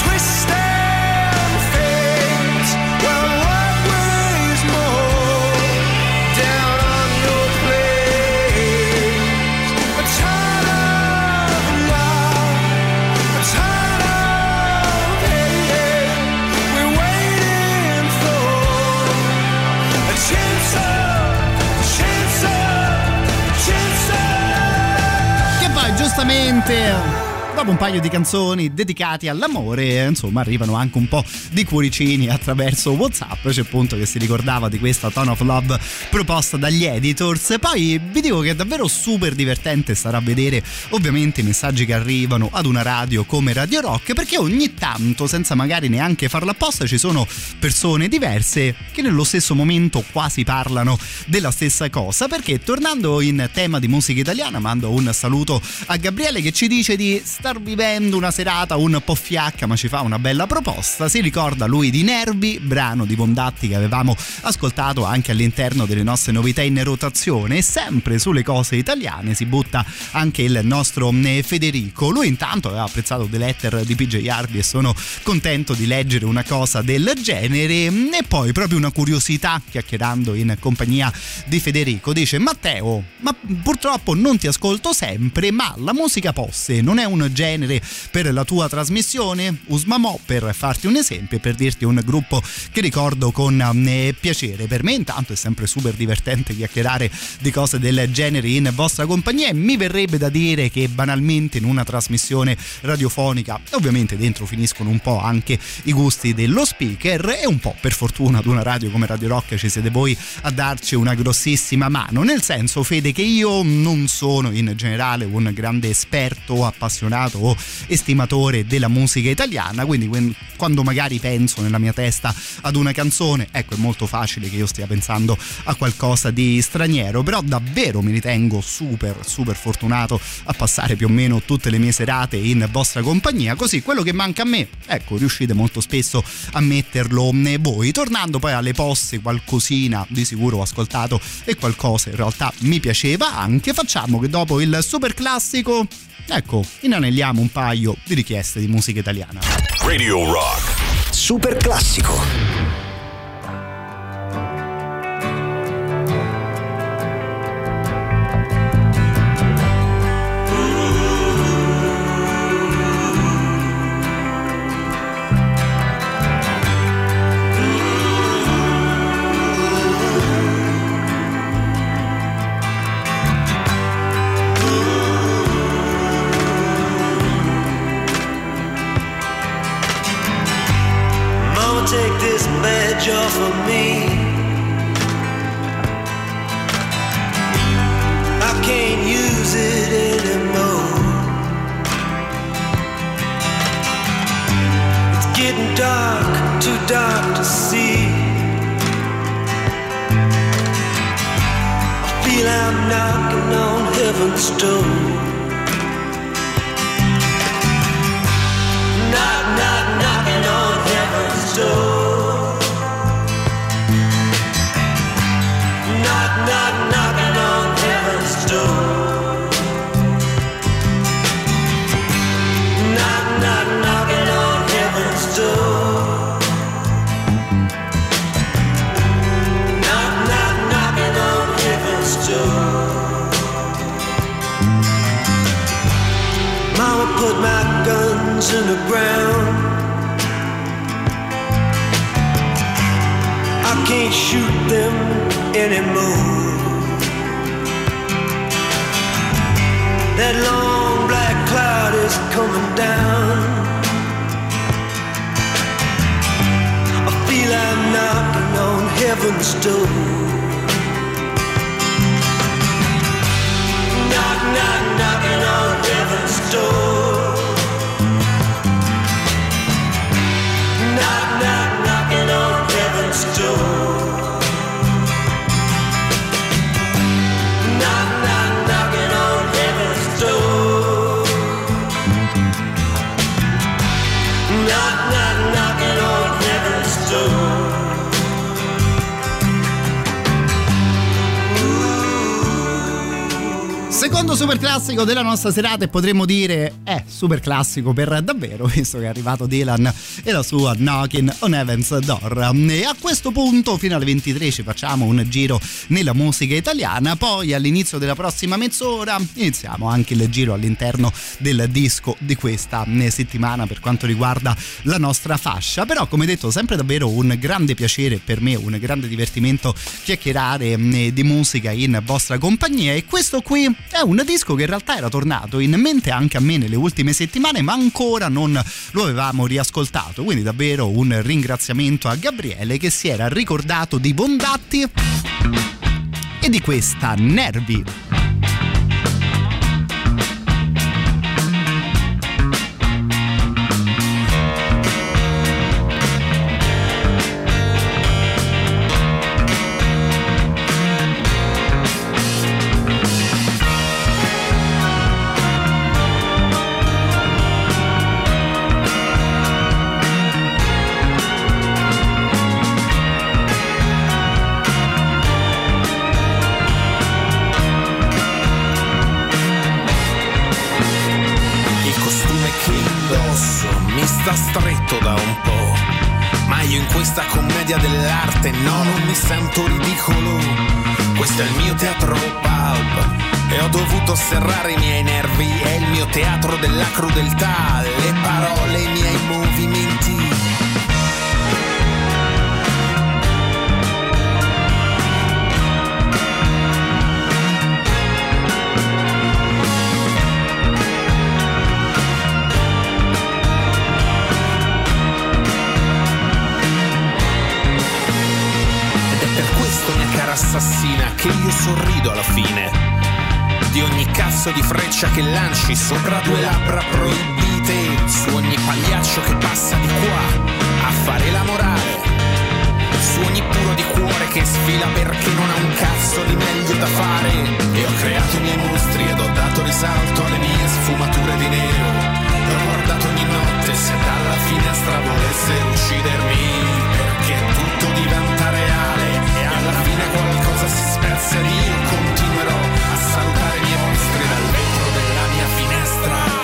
twisted fate. Well, what weighs more down on your plate? A ton of love, a ton of hate. We're waiting for a chance of, chance of, chance of. Che poi giustamente dopo un paio di canzoni dedicati all'amore, insomma, arrivano anche un po' di cuoricini attraverso WhatsApp. C'è appunto che si ricordava di questa Tone of Love proposta dagli Editors. Poi vi dico che è davvero super divertente stare a vedere ovviamente i messaggi che arrivano ad una radio come Radio Rock, perché ogni tanto, senza magari neanche farlo apposta, ci sono persone diverse che nello stesso momento quasi parlano della stessa cosa. Perché tornando in tema di musica italiana, mando un saluto a Gabriele che ci dice di star vivendo una serata un po' fiacca, ma ci fa una bella proposta. Si ricorda lui di Nervi, brano di Bondatti che avevamo ascoltato anche all'interno delle nostre novità in rotazione, e sempre sulle cose italiane si butta anche il nostro Federico. Lui intanto aveva apprezzato The Letter di P J Harvey e sono contento di leggere una cosa del genere. E poi proprio una curiosità, chiacchierando in compagnia di Federico, dice: Matteo, ma purtroppo non ti ascolto sempre, ma la musica posse non è un genere per la tua trasmissione? Usmamò, per farti un esempio e per dirti un gruppo che ricordo con eh, piacere. Per me intanto è sempre super divertente chiacchierare di cose del genere in vostra compagnia, e mi verrebbe da dire che banalmente in una trasmissione radiofonica ovviamente dentro finiscono un po' anche i gusti dello speaker, e un po' per fortuna ad una radio come Radio Rock ci siete voi a darci una grossissima mano. Nel senso, Fede, che io non sono in generale un grande esperto o appassionato appassionato o estimatore della musica italiana, quindi quando magari penso nella mia testa ad una canzone, ecco, è molto facile che io stia pensando a qualcosa di straniero, però davvero mi ritengo super super fortunato a passare più o meno tutte le mie serate in vostra compagnia, così quello che manca a me, ecco, riuscite molto spesso a metterlo voi. Tornando poi alle posse, qualcosina di sicuro ho ascoltato e qualcosa in realtà mi piaceva anche. Facciamo che dopo il super classico, ecco, inanelliamo un paio di richieste di musica italiana. Radio Rock Super classico. Take this badge off of me. I can't use it anymore. It's getting dark, too dark to see. I feel I'm knocking on heaven's door. Knock, knock, knocking on heaven's door. Knock, knock, knocking on heaven's door. Knock, knock, knocking on heaven's door. Knock, knock, knocking on heaven's door. Mama put my guns in the ground. I can't shoot them anymore. That long black cloud is coming down. I feel I'm knocking on heaven's door. Knock, knock, knocking on heaven's door. Knock, knock, knocking on heaven's door. Knock, knock, knocking on heaven's door. Knock, knock, knocking on heaven's door. Secondo super classico della nostra serata, e potremmo dire è super classico per davvero, visto che è arrivato Dylan e la sua Knocking on Heaven's Door. E a questo punto fino alle ventitré ci facciamo un giro nella musica italiana, poi all'inizio della prossima mezz'ora iniziamo anche il giro all'interno del disco di questa settimana per quanto riguarda la nostra fascia. Però, come detto, sempre davvero un grande piacere per me, un grande divertimento chiacchierare di musica in vostra compagnia, e questo qui è un disco che in realtà era tornato in mente anche a me nelle ultime settimane, ma ancora non lo avevamo riascoltato, quindi davvero un ringraziamento a Gabriele che si era ricordato di Bondatti e di questa Nervi. Sta stretto da un po', ma io in questa commedia dell'arte no, non mi sento ridicolo. Questo è il mio teatro pulp e ho dovuto serrare i miei nervi. È il mio teatro della crudeltà, le parole, i miei movimenti. Assassina che io sorrido alla fine. di ogni cazzo di freccia che lanci sopra due labbra proibite, su ogni pagliaccio che passa di qua a fare la morale, su ogni puro di cuore che sfila perché non ha un cazzo di meglio da fare. E ho creato i miei mostri ed ho dato risalto alle mie sfumature di nero, e ho guardato ogni notte se dalla finestra volesse uccidermi, perché tutto diventa reale e alla fine qualcosa si spezza ed io continuerò a salutare i miei mostri dal vetro della mia finestra.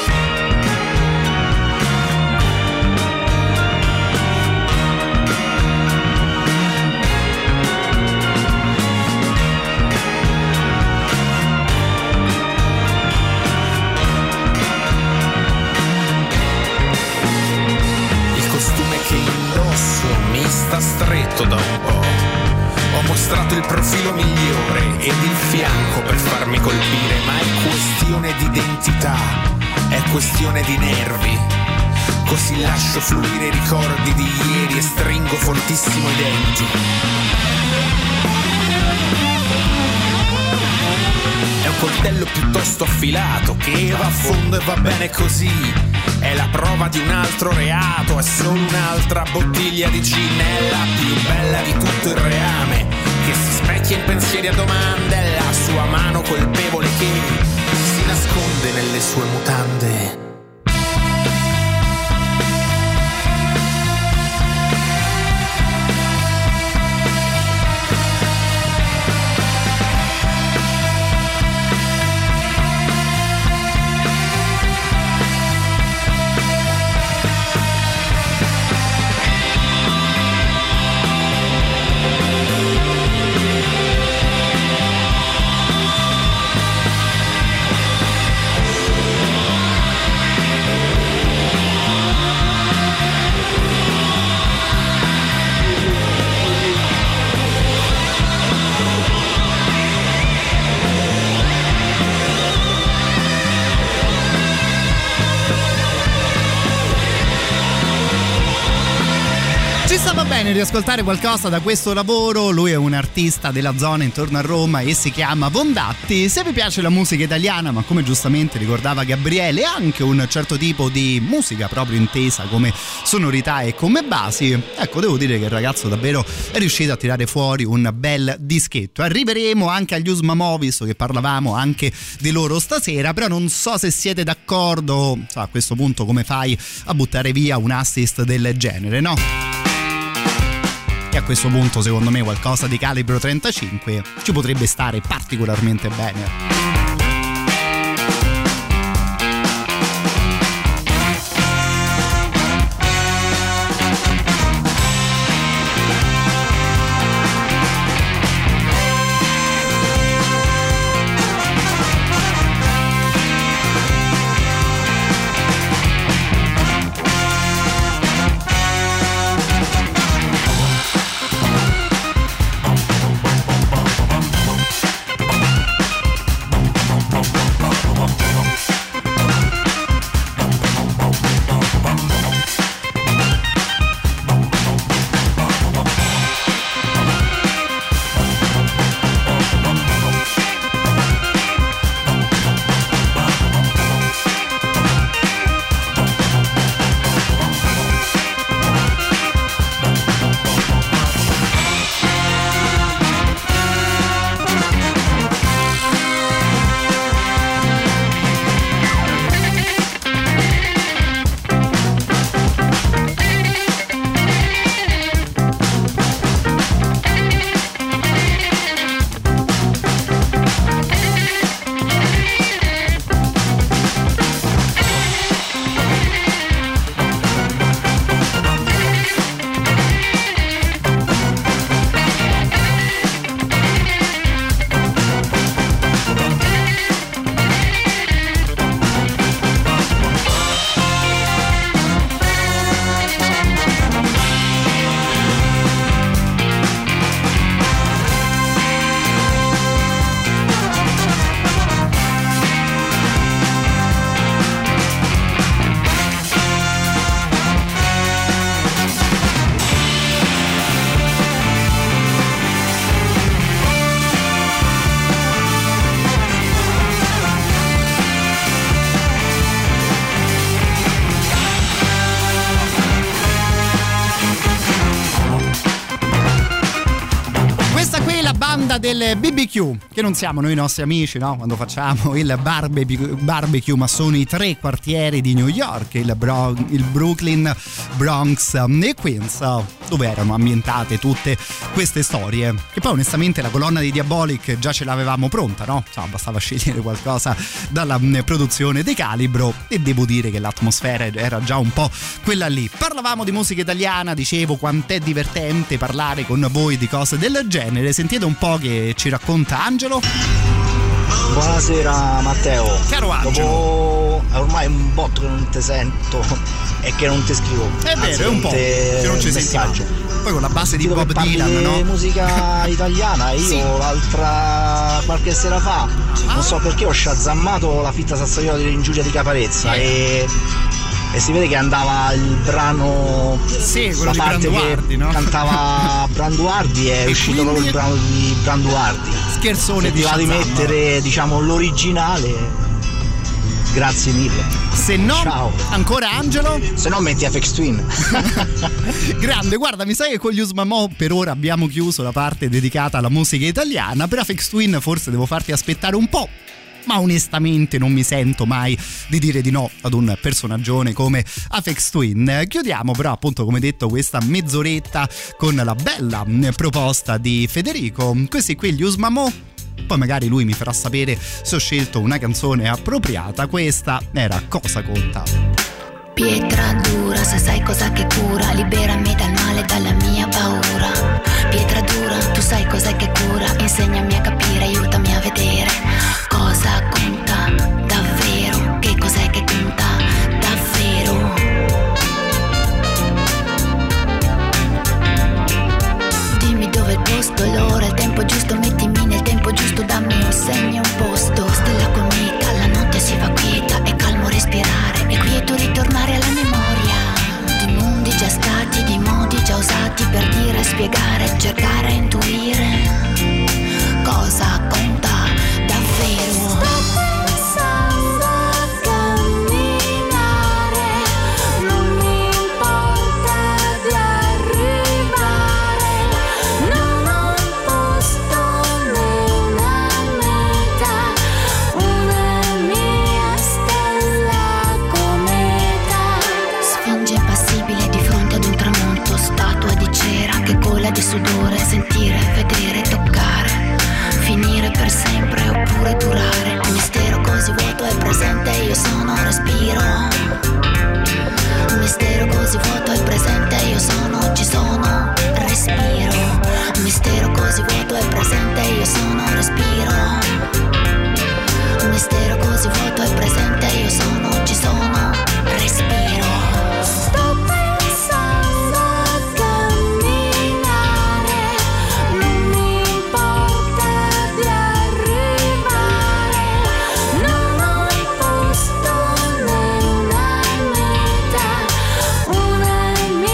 Sta stretto da un po', ho mostrato il profilo migliore ed il fianco per farmi colpire, ma è questione di identità, è questione di nervi, così lascio fluire i ricordi di ieri e stringo fortissimo i denti. È un coltello piuttosto affilato che va a fondo e va bene così. È la prova di un altro reato, è solo un'altra bottiglia di gin, è la più bella di tutto il reame, che si specchia in pensieri a domande, è la sua mano colpevole che si nasconde nelle sue mutande. Va bene riascoltare qualcosa da questo lavoro. Lui è un artista della zona intorno a Roma e si chiama Bondatti. Se vi piace la musica italiana, ma come giustamente ricordava Gabriele, anche un certo tipo di musica proprio intesa come sonorità e come basi, ecco, devo dire che il ragazzo davvero è riuscito a tirare fuori un bel dischetto. Arriveremo anche agli Usmamo, visto che parlavamo anche di loro stasera, però non so se siete d'accordo, so, a questo punto come fai a buttare via un assist del genere, no? E a questo punto secondo me qualcosa di calibro trentacinque ci potrebbe stare particolarmente bene. banda del B B Q, che non siamo noi i nostri amici, no? Quando facciamo il barbecue, barbecue, ma sono i tre quartieri di New York, il, Bro- il Brooklyn, Bronx e Queens, dove erano ambientate tutte queste storie. Che poi onestamente la colonna di Diabolic già ce l'avevamo pronta, no? Insomma, bastava scegliere qualcosa dalla produzione dei Calibro e devo dire che l'atmosfera era già un po' quella lì. Parlavamo di musica italiana, dicevo quant'è divertente parlare con voi di cose del genere. Sentite un po' che ci racconta Angelo. Buonasera Matteo. Caro Angelo. Dopo ormai un botto che non ti sento e che non ti scrivo. È vero, è un po' che non ci sentiamo. Poi con la base di Bob Dylan, no? Musica italiana, io sì. L'altra qualche sera fa, ah. non so perché ho shazzammato la fitta sassaiola dell'ingiuria di Caparezza sì. e e si vede che andava il brano, sì, quello la di parte Branduardi, che no? cantava Branduardi è e uscito quindi... proprio il brano di Branduardi. Scherzone di Shazam. Di mettere, diciamo, l'originale. Grazie mille. Se no, ciao. Ancora Angelo? Se no metti Aphex Twin. Grande, guarda, mi sa che con gli Usmamò per ora abbiamo chiuso la parte dedicata alla musica italiana. Per Aphex Twin forse devo farti aspettare un po', ma onestamente non mi sento mai di dire di no ad un personaggione come Aphex Twin. Chiudiamo però appunto, come detto, questa mezz'oretta con la bella proposta di Federico. Questi qui gli Usmamò, poi magari lui mi farà sapere se ho scelto una canzone appropriata. Questa era Cosa Conta. Pietra dura, se sai cosa che cura, liberami dal male, dalla mia paura. Pietra dura, tu sai cos'è che cura, insegnami a capire, aiutami a vedere cosa conta davvero, che cos'è che conta davvero. Dimmi dove è il posto, l'ora, il tempo giusto, mettimi nel tempo giusto, dammi un segno, un posto. Stella cometa, la notte si fa quieta, è calmo respirare, è quieto ritornare alla memoria di mondi già stati, di modi già usati per dire, spiegare, cercare, intuire cosa conta davvero. Sto pensando a camminare, non mi importa di arrivare, non ho un posto né una meta, una mia stella cometa. Sfinge impassibile di fronte ad un tramonto, statua di cera che cola di sudore, sentire, vedere, toccare, finire per sempre oppure durare. Un mistero così vuoto è presente, io sono respiro. Un mistero così vuoto è presente, io sono, ci sono, respiro. Un mistero così vuoto è presente, io sono, respiro. Un mistero così vuoto è presente, io sono, ci sono, respiro. Sto pensando a camminare, non mi importa di arrivare, non ho un posto né una meta, una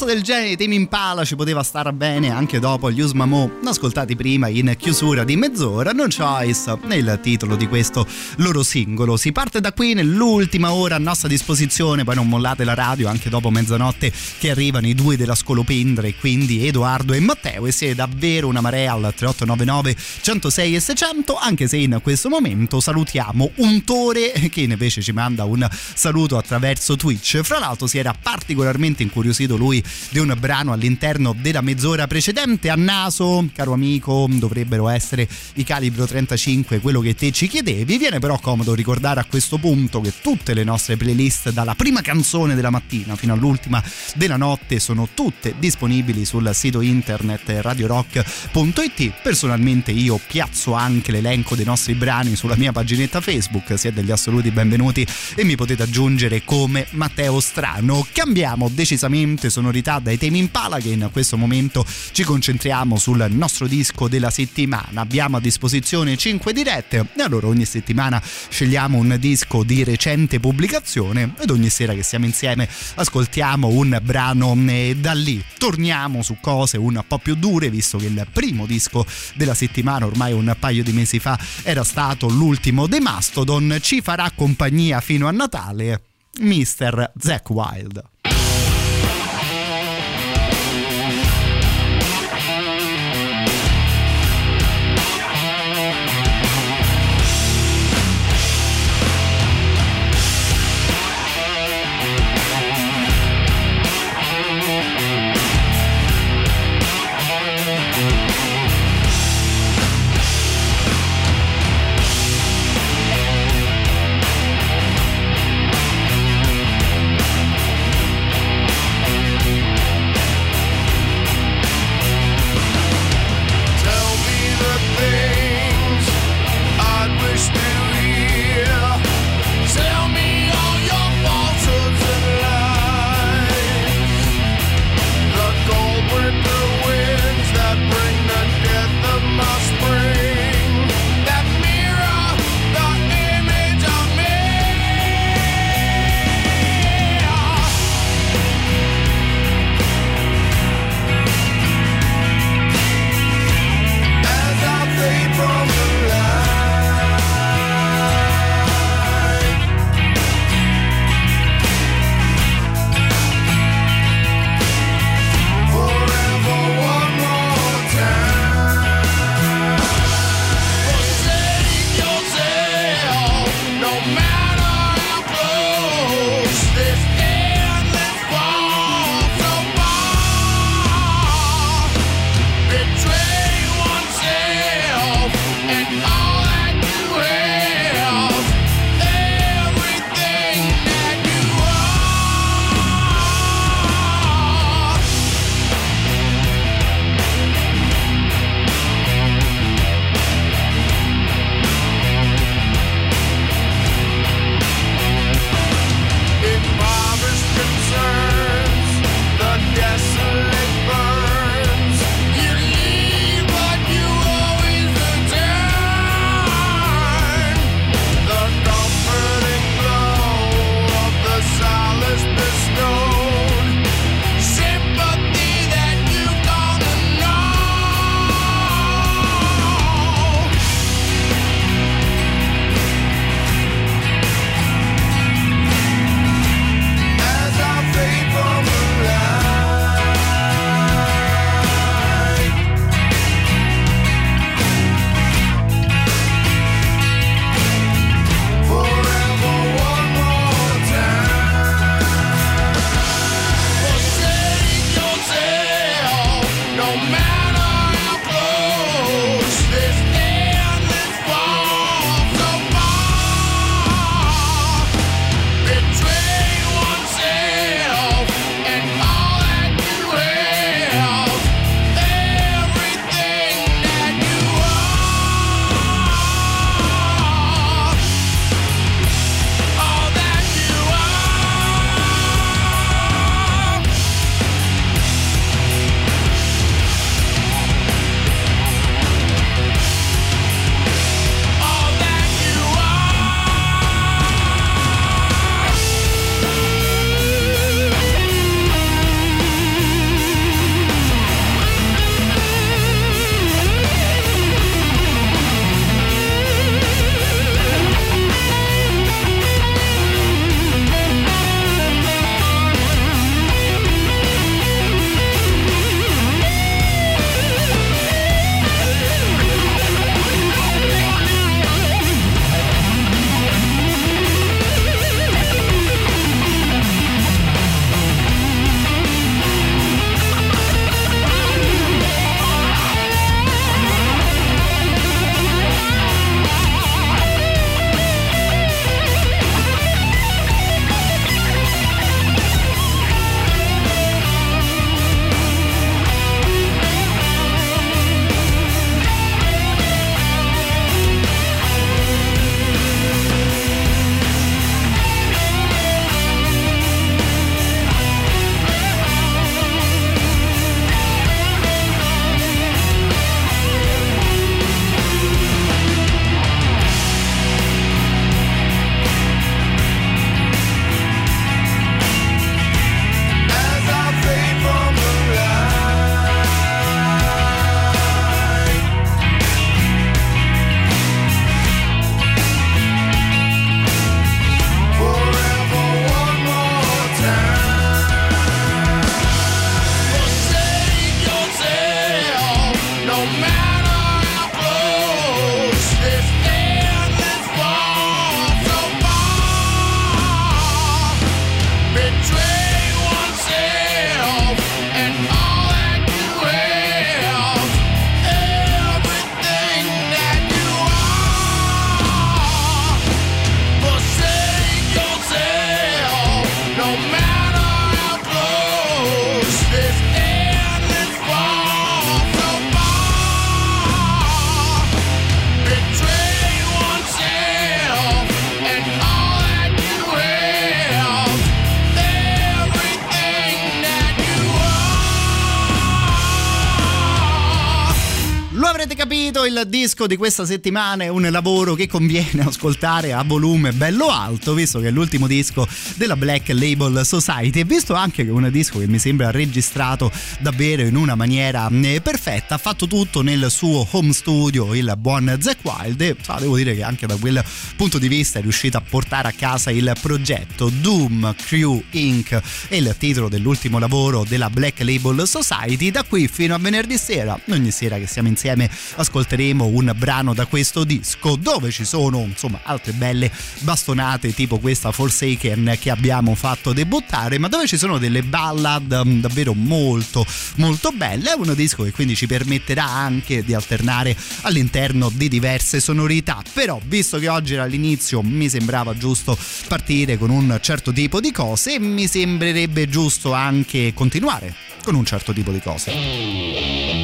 del genere, Tame Impala, ci poteva stare bene anche dopo gli Usmamo ascoltati prima in chiusura di mezz'ora. No Choice nel titolo di questo loro singolo. Si parte da qui nell'ultima ora a nostra disposizione, poi non mollate la radio anche dopo mezzanotte che arrivano i due della Scolopendra, e quindi Edoardo e Matteo, e siete davvero una marea al tre otto nove nove centosei e seicento, anche se in questo momento salutiamo un Tore che invece ci manda un saluto attraverso Twitch. Fra l'altro si era particolarmente incuriosito lui di un brano all'interno della mezz'ora precedente. A naso, caro amico, dovrebbero essere i Calibro trentacinque, quello che te ci chiedevi. Viene però comodo ricordare a questo punto che tutte le nostre playlist, dalla prima canzone della mattina fino all'ultima della notte, sono tutte disponibili sul sito internet radio rock punto it. Personalmente io piazzo anche l'elenco dei nostri brani sulla mia paginetta Facebook, siete degli assoluti benvenuti e mi potete aggiungere come Matteo Strano. Cambiamo decisamente sonorità dai Tame Impala, che in questo momento ci concentriamo sul nostro disco della settimana. Abbiamo a disposizione cinque dirette e allora ogni settimana scegliamo un disco di recente pubblicazione ed ogni sera che siamo insieme ascoltiamo un brano e da lì torniamo su cose un po' più dure, visto che il primo disco della settimana ormai un paio di mesi fa era stato l'ultimo dei Mastodon. Ci farà compagnia fino a Natale mister Zakk Wylde. Thank Capito, il disco di questa settimana è un lavoro che conviene ascoltare a volume bello alto, visto che è l'ultimo disco della Black Label Society, e visto anche che è un disco che mi sembra registrato davvero in una maniera perfetta. Ha fatto tutto nel suo home studio il buon Zakk Wylde, e ah, devo dire che anche da quel punto di vista è riuscito a portare a casa il progetto. Doom Crew incorporated è il titolo dell'ultimo lavoro della Black Label Society. Da qui fino a venerdì sera, ogni sera che siamo insieme, ascolteremo un brano da questo disco, dove ci sono insomma altre belle bastonate tipo questa Forsaken che abbiamo fatto debuttare, ma dove ci sono delle ballad davvero molto molto belle. È un disco che quindi ci permetterà anche di alternare all'interno di diverse sonorità, però visto che oggi era l'inizio mi sembrava giusto partire con un certo tipo di cose e mi sembrerebbe giusto anche continuare con un certo tipo di cose.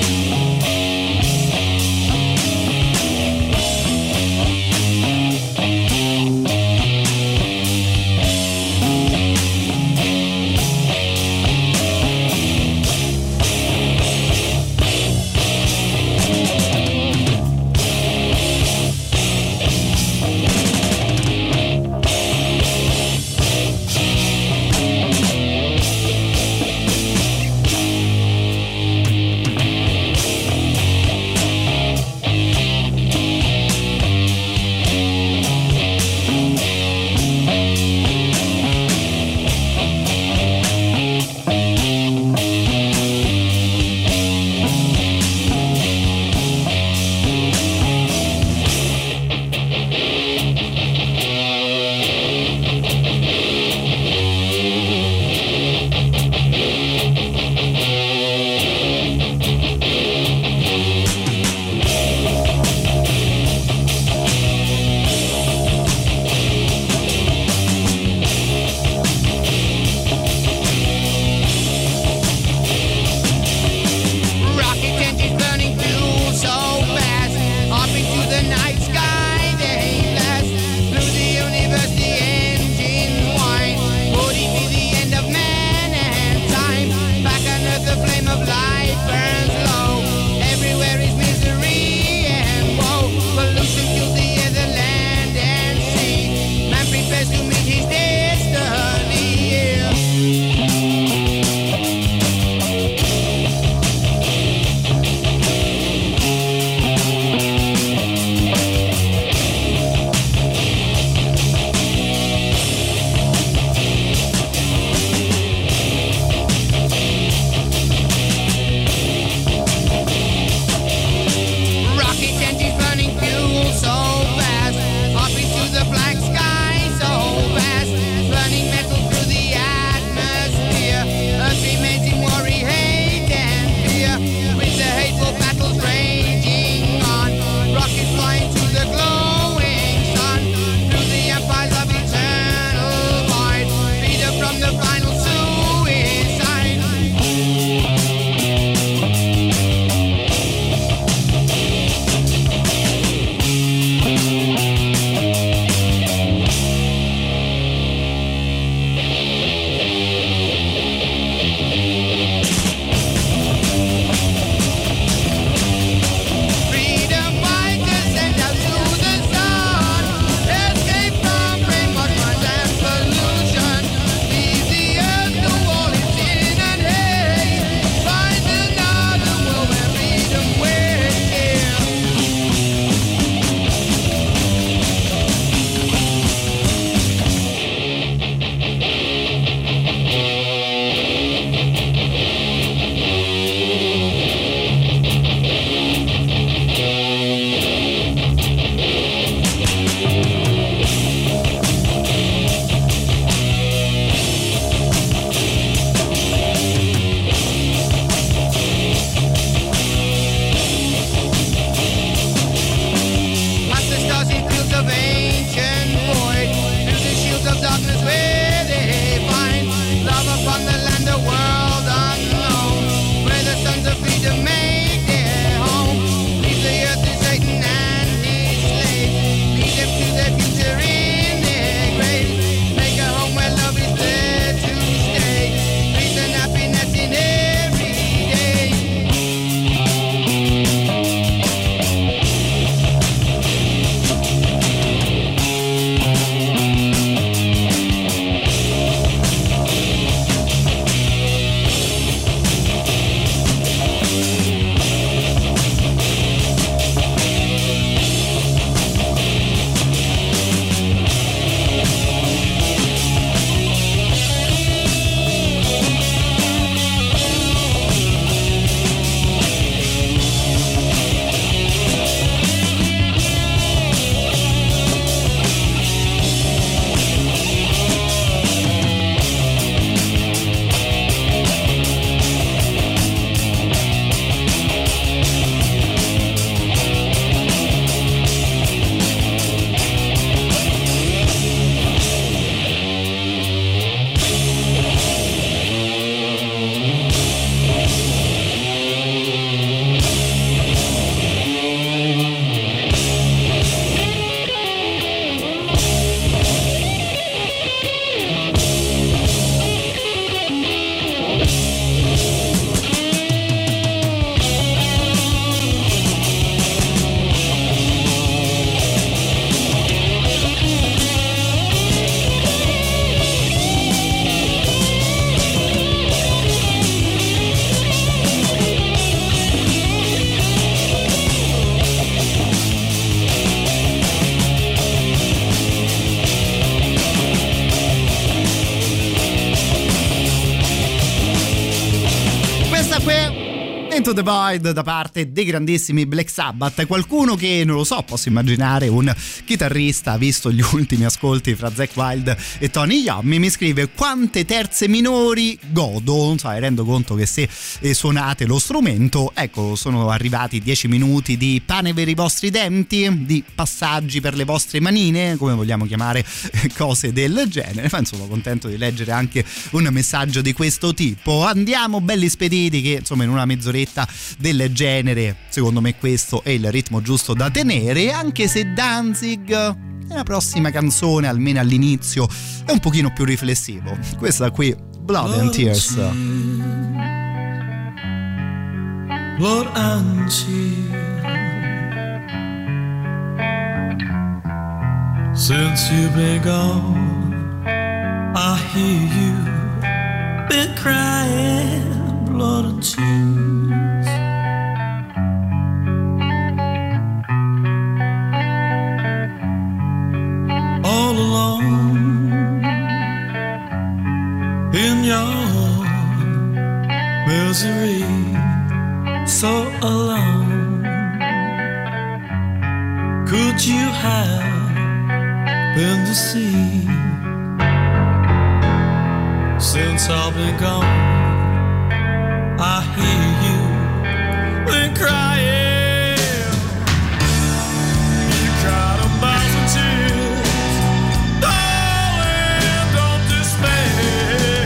Thank Into the Void da parte dei grandissimi Black Sabbath. Qualcuno che, non lo so, posso immaginare un chitarrista, visto gli ultimi ascolti fra Zakk Wylde e Tony Iommi, mi scrive: quante terze minori godo, sai, rendo conto che se suonate lo strumento, ecco, sono arrivati dieci minuti di pane per i vostri denti, di passaggi per le vostre manine, come vogliamo chiamare cose del genere. Ma insomma, contento di leggere anche un messaggio di questo tipo. Andiamo belli spediti, che insomma in una mezz'oretta del genere secondo me questo è il ritmo giusto da tenere, anche se Danzig nella prossima canzone, almeno all'inizio, è un pochino più riflessivo. Questa qui, Blood and Tears. Blood and tears. Since you've been gone, I hear you been crying. Blood and tears. All alone in your misery, so alone. Could you have been to see? Since I've been gone, I hear you been crying. You cried a thousand tears, darling, don't despair.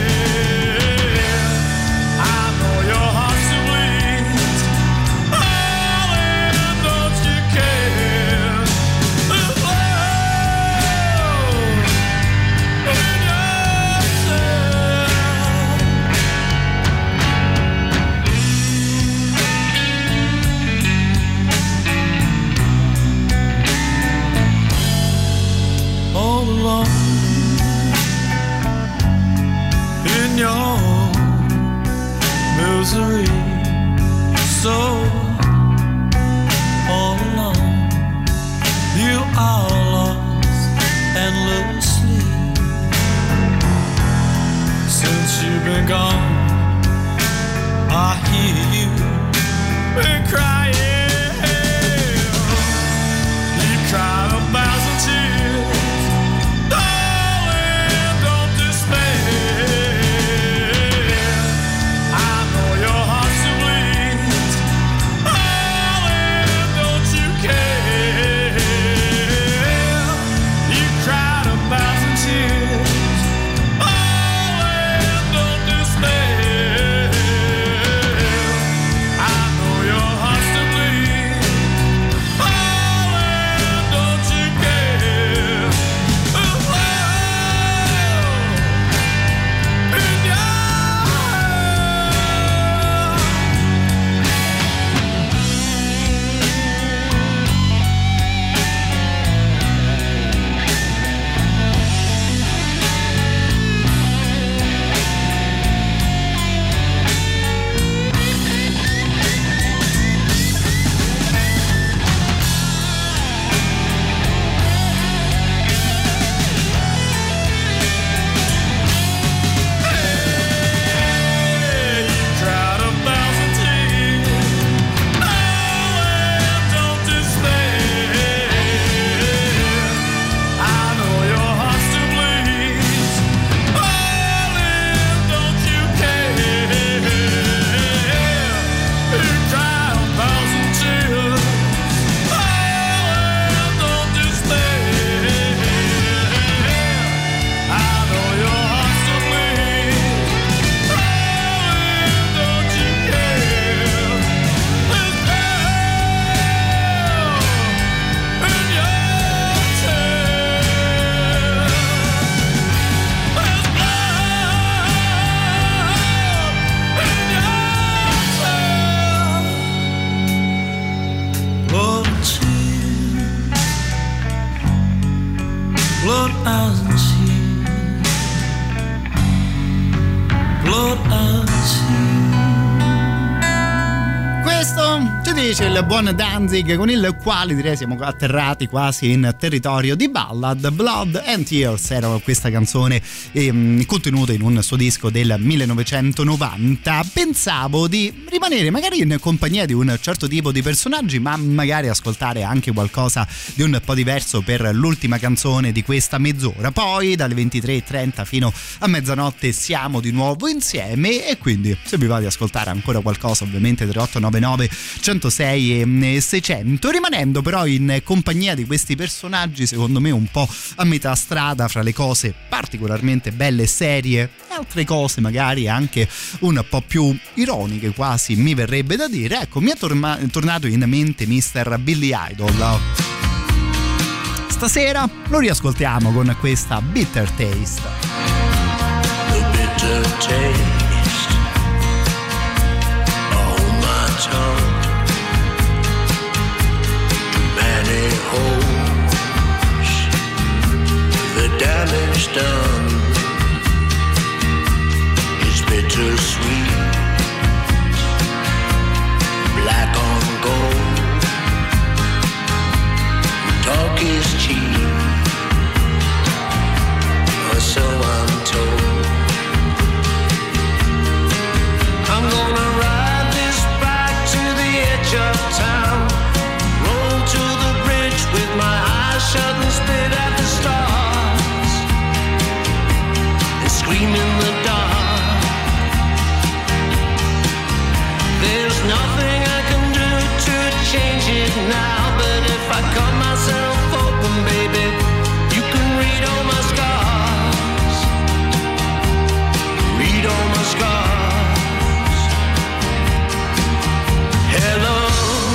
I know your heart still bleeds, darling, don't you care? There's love in yourself. All alone in your misery, so all alone, you are lost endlessly. Since you've been gone, I hear you been crying. You cried a thousand tears, darling, don't despair. I know your heart still bleeds, darling, don't you care? You cried a thousand tears, darling, don't despair. I know your heart still bleeds, darling, don't you care? There's love in your cried a thousand tears, darling, don't despair. I know your heart still bleeds, darling, don't you care? You cried a thousand tears, darling, don't despair. I know your heart still bleeds, darling, don't you care? There's love in your tears. There's love in your tears. Blood and tears, blood and tears, blood and tears. Questo Questo ci dice il buon Danzig, con il quale direi siamo atterrati quasi in territorio di ballad. Blood and Tears era questa canzone ehm, contenuta in un suo disco del millenovecentonovanta. Pensavo di rimanere magari in compagnia di un certo tipo di personaggi, ma magari ascoltare anche qualcosa di un po' diverso per l'ultima canzone di questa mezz'ora. Poi dalle ventitré e trenta fino a mezzanotte siamo di nuovo insieme, e quindi se vi va di ascoltare ancora qualcosa, ovviamente tre otto nove nove centosei e seicento, rimanendo però in compagnia di questi personaggi secondo me un po' a metà strada fra le cose particolarmente belle e serie e altre cose magari anche un po' più ironiche, quasi mi verrebbe da dire. Ecco, mi è torma- tornato in mente mister Billy Idol. Stasera lo riascoltiamo con questa Bitter Taste. The bitter taste on my tongue, many holes, the damage done is bittersweet, black on gold, talk is cheap, or so I'm told. I'm gonna ride this bike to the edge of town, roll to the bridge with my eyes shut and spit at the stars, and scream in the dark. There's nothing I can do to change it now, but if I cut myself open, baby, you can read all my scars, read all my scars. Hello,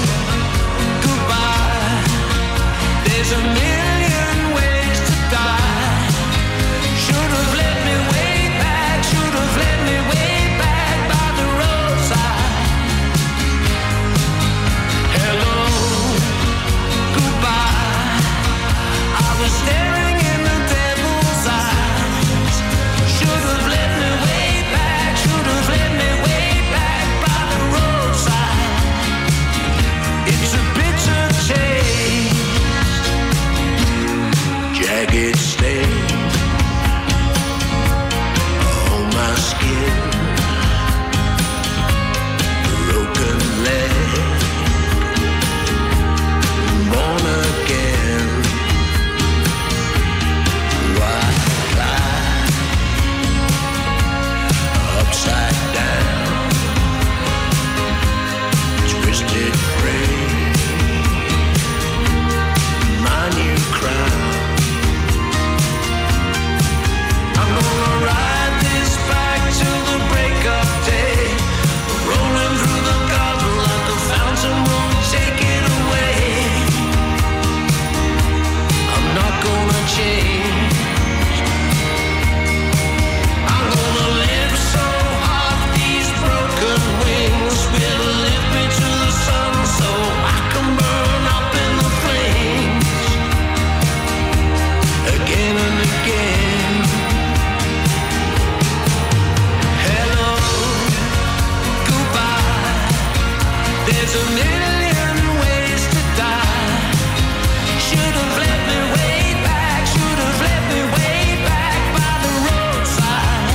goodbye, there's a million ways to die. Should have let me way back, should have let me way back by the roadside. Hello, goodbye, I was staring in the devil's eyes. Should have let me way back, should have let me way back by the roadside. It's a bitter taste, jagged stain on my skin, broken leg, born again. Why fly upside down, twisted frame, my new crown. I'm gonna ride this bike till the break of day, rolling through the garden like the fountain won't take it away. I'm not gonna change, I'm gonna live so hard these broken wings will lift me to the sun so I can burn up in the flames again and again. Hello, goodbye, there's a million ways to die. Should have let me way back, should have let me way back by the roadside.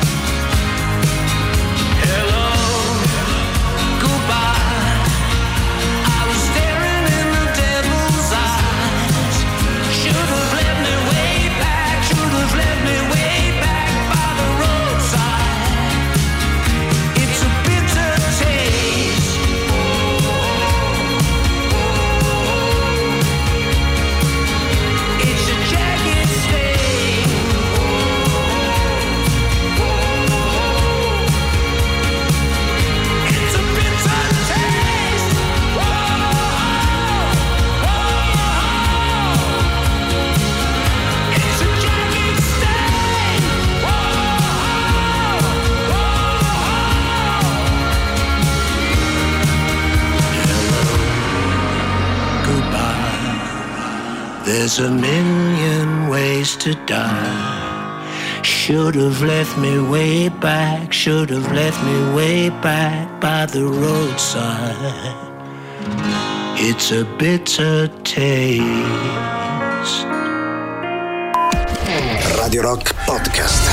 Hello, goodbye, I was staring in the devil's eyes. Should have let me way back, should have let me way back by the roadside. It's a bitter taste, it's a jagged stain. It's a bitter taste. It's a jagged stain. Goodbye, there's a million ways to die. Should have left me way back, should have left me way back by the roadside. It's a bitter taste. Radio Rock Podcast.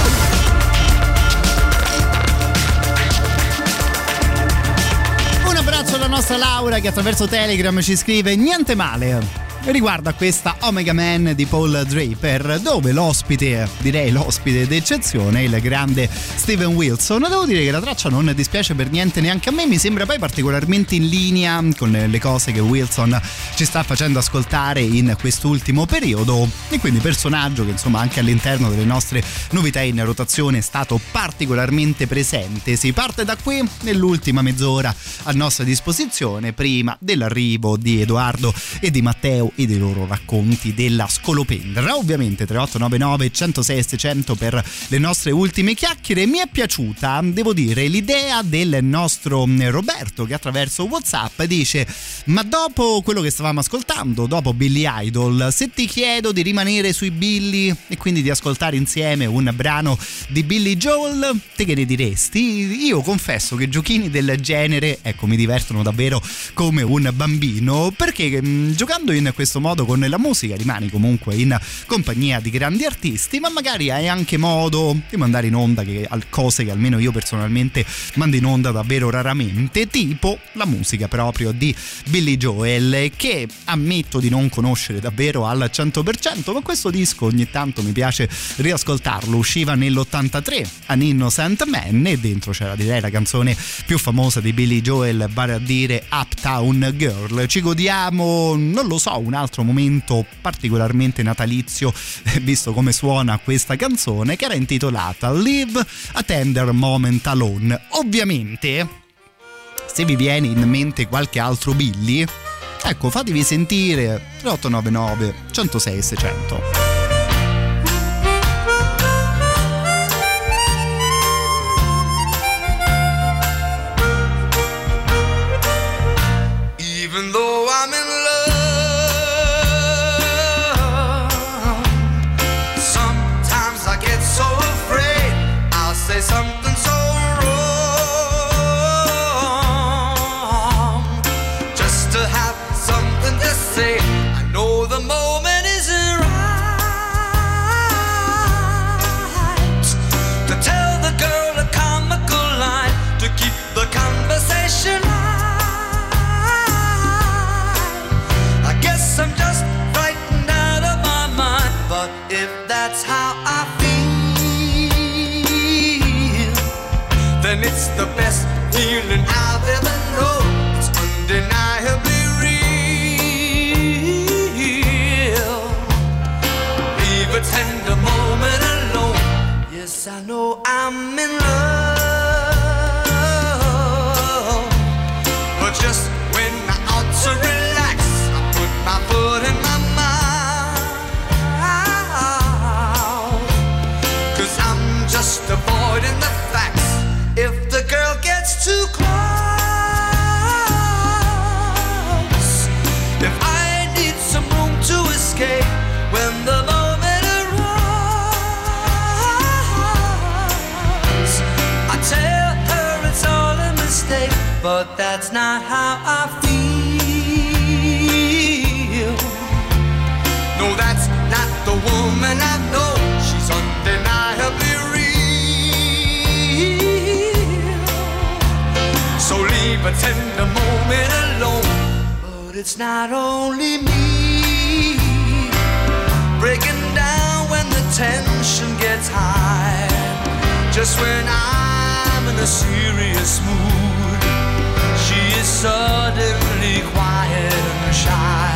Un abbraccio alla nostra Laura che attraverso Telegram ci scrive: niente male riguarda questa Omega Man di Paul Draper, dove l'ospite, direi l'ospite d'eccezione, il grande Steven Wilson. Devo dire che la traccia non dispiace per niente neanche a me, mi sembra poi particolarmente in linea con le cose che Wilson ci sta facendo ascoltare in quest'ultimo periodo, e quindi personaggio che insomma anche all'interno delle nostre novità in rotazione è stato particolarmente presente. Si parte da qui nell'ultima mezz'ora a nostra disposizione, prima dell'arrivo di Edoardo e di Matteo e dei loro racconti della scolopendra. Ovviamente tre otto nove nove uno zero sei seicento per le nostre ultime chiacchiere. Mi è piaciuta, devo dire, l'idea del nostro Roberto che attraverso WhatsApp dice: ma dopo quello che stavamo ascoltando, dopo Billy Idol, se ti chiedo di rimanere sui Billy e quindi di ascoltare insieme un brano di Billy Joel, te che ne diresti? Io confesso che giochini del genere, ecco, mi divertono davvero come un bambino, perché mh, giocando in questo modo con la musica rimani comunque in compagnia di grandi artisti, ma magari hai anche modo di mandare in onda che, cose che almeno io personalmente mando in onda davvero raramente, tipo la musica proprio di Billy Joel, che ammetto di non conoscere davvero al cento per cento, ma questo disco ogni tanto mi piace riascoltarlo. Usciva nell'ottantatré, An Innocent Man, e dentro c'era, direi, la canzone più famosa di Billy Joel, vale a dire Uptown Girl. Ci godiamo, non lo so, un altro momento particolarmente natalizio, visto come suona questa canzone, che era intitolata Live a Tender Moment Alone. Ovviamente, se vi viene in mente qualche altro Billy, ecco, fatevi sentire. Tre otto nove nove uno zero sei seicento. Even though I'm in say something so wrong, just to have something to say. I know the moment isn't right to tell the girl a comical line, to keep the conversation light. I guess I'm just frightened out of my mind, but if that's how I feel, then it's the best feeling I've ever known. It's undeniably real. Leave a tender moment alone. Yes, I know I'm in love, but just when I ought to relax, I put my foot in my mouth, 'cause I'm just avoiding the facts. If the girl gets too close, if I need some room to escape when the moment arrives, I tell her it's all a mistake, but that's not how I feel. No, that's not the woman I know. She's undeniably real. So leave a tender moment alone. But it's not only me breaking down when the tension gets high. Just when I'm in a serious mood, she is suddenly quiet and shy.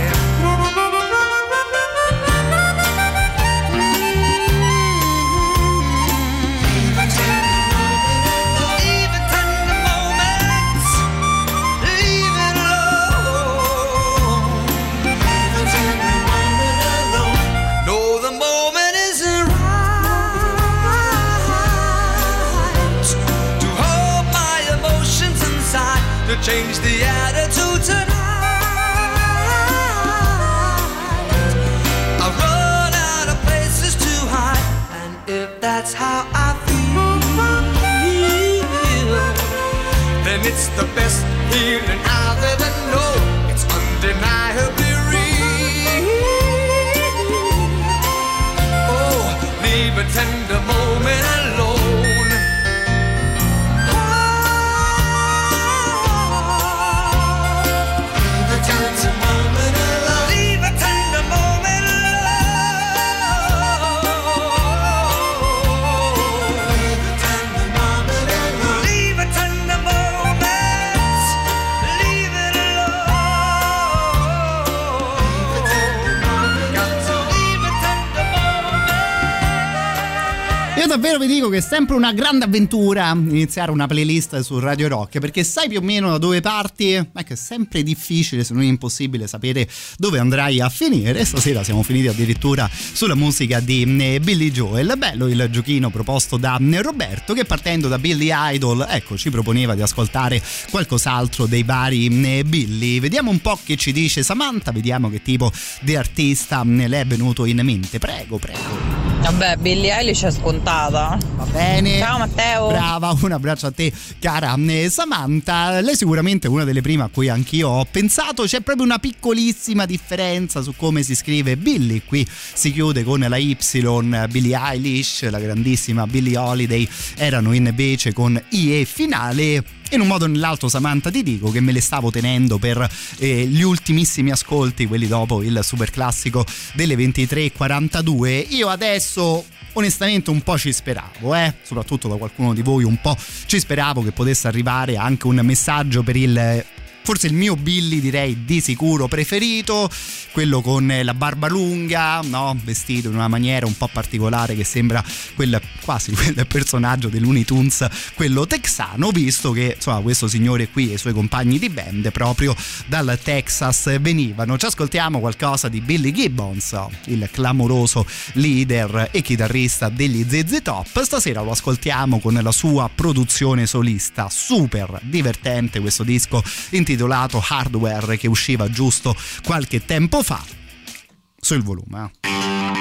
To change the attitude tonight, I run out of places to hide, and if that that's how I feel, then it's the best feeling I've ever known. It's undeniably real. Oh, leave a tender moment alone. Leave a tender moment alone. Leave a tender moment alone. Leave a tender moment alone. Leave a tender moment. Leave it alone. Leave a tender moment. Got to leave a tender moment. Io davvero vi dico che è sempre una grande avventura iniziare una playlist su Radio Rock, perché sai più o meno da dove parti, ma che è sempre difficile, se non impossibile, sapere dove andrai a finire. Stasera siamo finiti addirittura sulla musica di Billy Joel. Bello il giochino proposto da Roberto, che partendo da Billy Idol, ecco, ci proponeva di ascoltare qualcos'altro dei vari Billy. Vediamo un po' che ci dice Samantha, vediamo che tipo di artista le è venuto in mente. Prego, prego. Vabbè, Billie Eilish è scontata. Va bene. Ciao Matteo. Brava, un abbraccio a te, cara Samantha. Lei sicuramente è una delle prime a cui anch'io ho pensato. C'è proprio una piccolissima differenza su come si scrive Billy. Qui si chiude con la Y. Billie Eilish, la grandissima Billie Holiday erano invece con I E finale. In un modo o nell'altro, Samantha, ti dico che me le stavo tenendo per eh, gli ultimissimi ascolti, quelli dopo il super classico delle ventitré e quarantadue. Io adesso onestamente un po' ci speravo, eh? soprattutto da qualcuno di voi un po' ci speravo che potesse arrivare anche un messaggio per il... forse il mio Billy, direi di sicuro preferito, quello con la barba lunga, no? Vestito in una maniera un po' particolare che sembra quel, quasi quel personaggio dei Looney Tunes, quello texano, visto che insomma questo signore qui e i suoi compagni di band proprio dal Texas venivano. Ci ascoltiamo qualcosa di Billy Gibbons, il clamoroso leader e chitarrista degli Z Z Top. Stasera lo ascoltiamo con la sua produzione solista, super divertente questo disco intitolato Hardware, che usciva giusto qualche tempo fa. Sul volume, eh.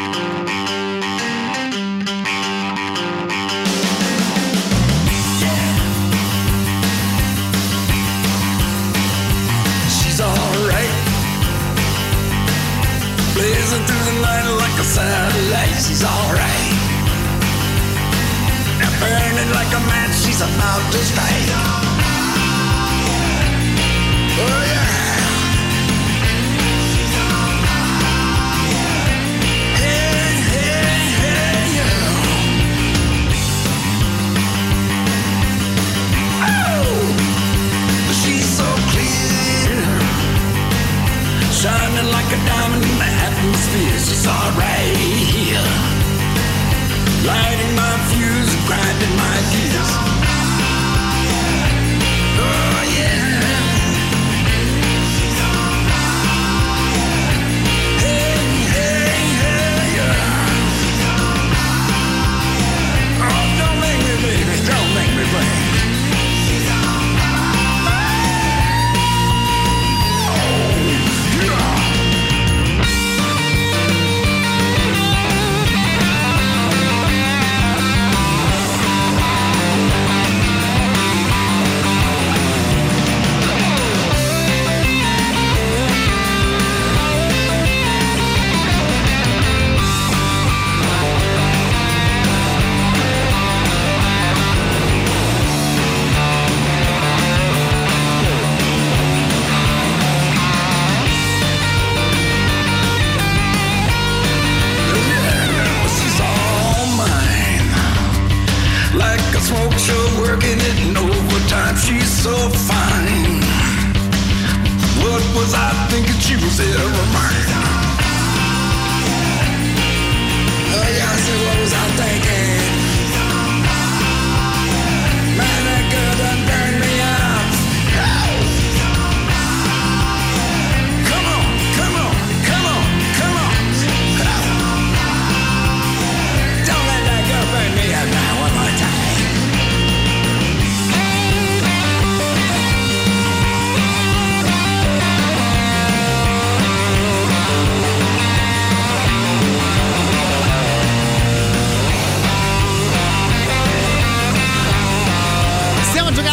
She's alright, blazing through the night like a satellite. She's alright, now burning like a match. She's about to strike. Oh yeah. Hey, hey, hey, yeah. Oh, she's so clear, shining like a diamond in the atmosphere. She's alright, lighting my fuse, grinding my gears. Oh yeah. Don't make me blame. Smoke show, working it in overtime. She's so fine. What was I thinking? She was ever mine. Oh yeah, I said, what was I thinking? Man, that girl done burned me out. Oh. Come on, come on, come on, come on. Oh. Don't let that girl burn me out now. One more time.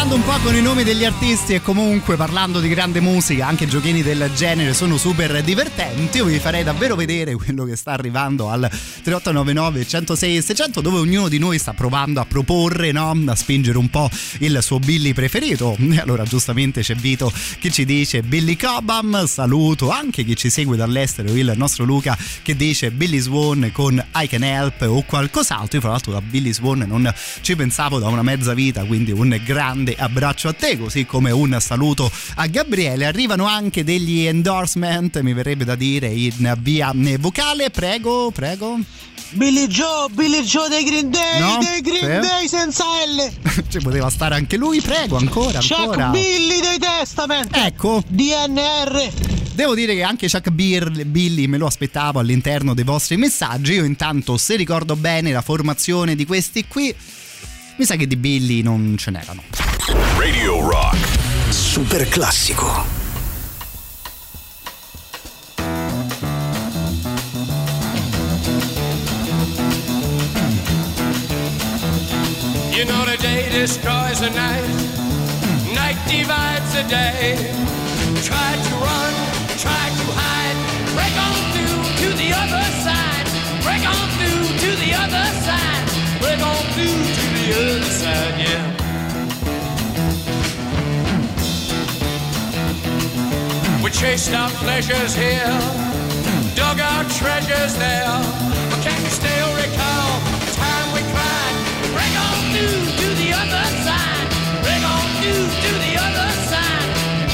giocando un po' con i nomi degli artisti e comunque parlando di grande musica, anche giochini del genere sono super divertenti. Io vi farei davvero vedere quello che sta arrivando al tre otto nove nove uno zero sei sei zero zero, dove ognuno di noi sta provando a proporre, no? A spingere un po' il suo Billy preferito. E allora giustamente c'è Vito che ci dice Billy Cobham, saluto anche chi ci segue dall'estero, il nostro Luca che dice Billy Swan con I Can Help o qualcos'altro. Io fra l'altro da Billy Swan non ci pensavo da una mezza vita, quindi un grande abbraccio a te, così come un saluto a Gabriele. Arrivano anche degli endorsement, mi verrebbe da dire in via vocale. Prego, prego. Billy Joe, Billy Joe dei Green Day, No? dei Green Sì. Day senza L. Ci poteva stare anche lui, prego, ancora, ancora. Chuck Billy dei Testament. Ecco. D N R. Devo dire che anche Chuck Beer, Billy me lo aspettavo all'interno dei vostri messaggi. Io intanto, se ricordo bene la formazione di questi qui, mi sa che di Billy non ce n'erano. Radio Rock. Super classico. You know the day destroys the night, night divides the day. Try to run, try to hide, break on through to the other side, break on through to the other side, break on through to the other side, yeah. We chased our pleasures here, dug our treasures there, but can you still recall the time we cried? Break on through to the other side, break on through to the other side.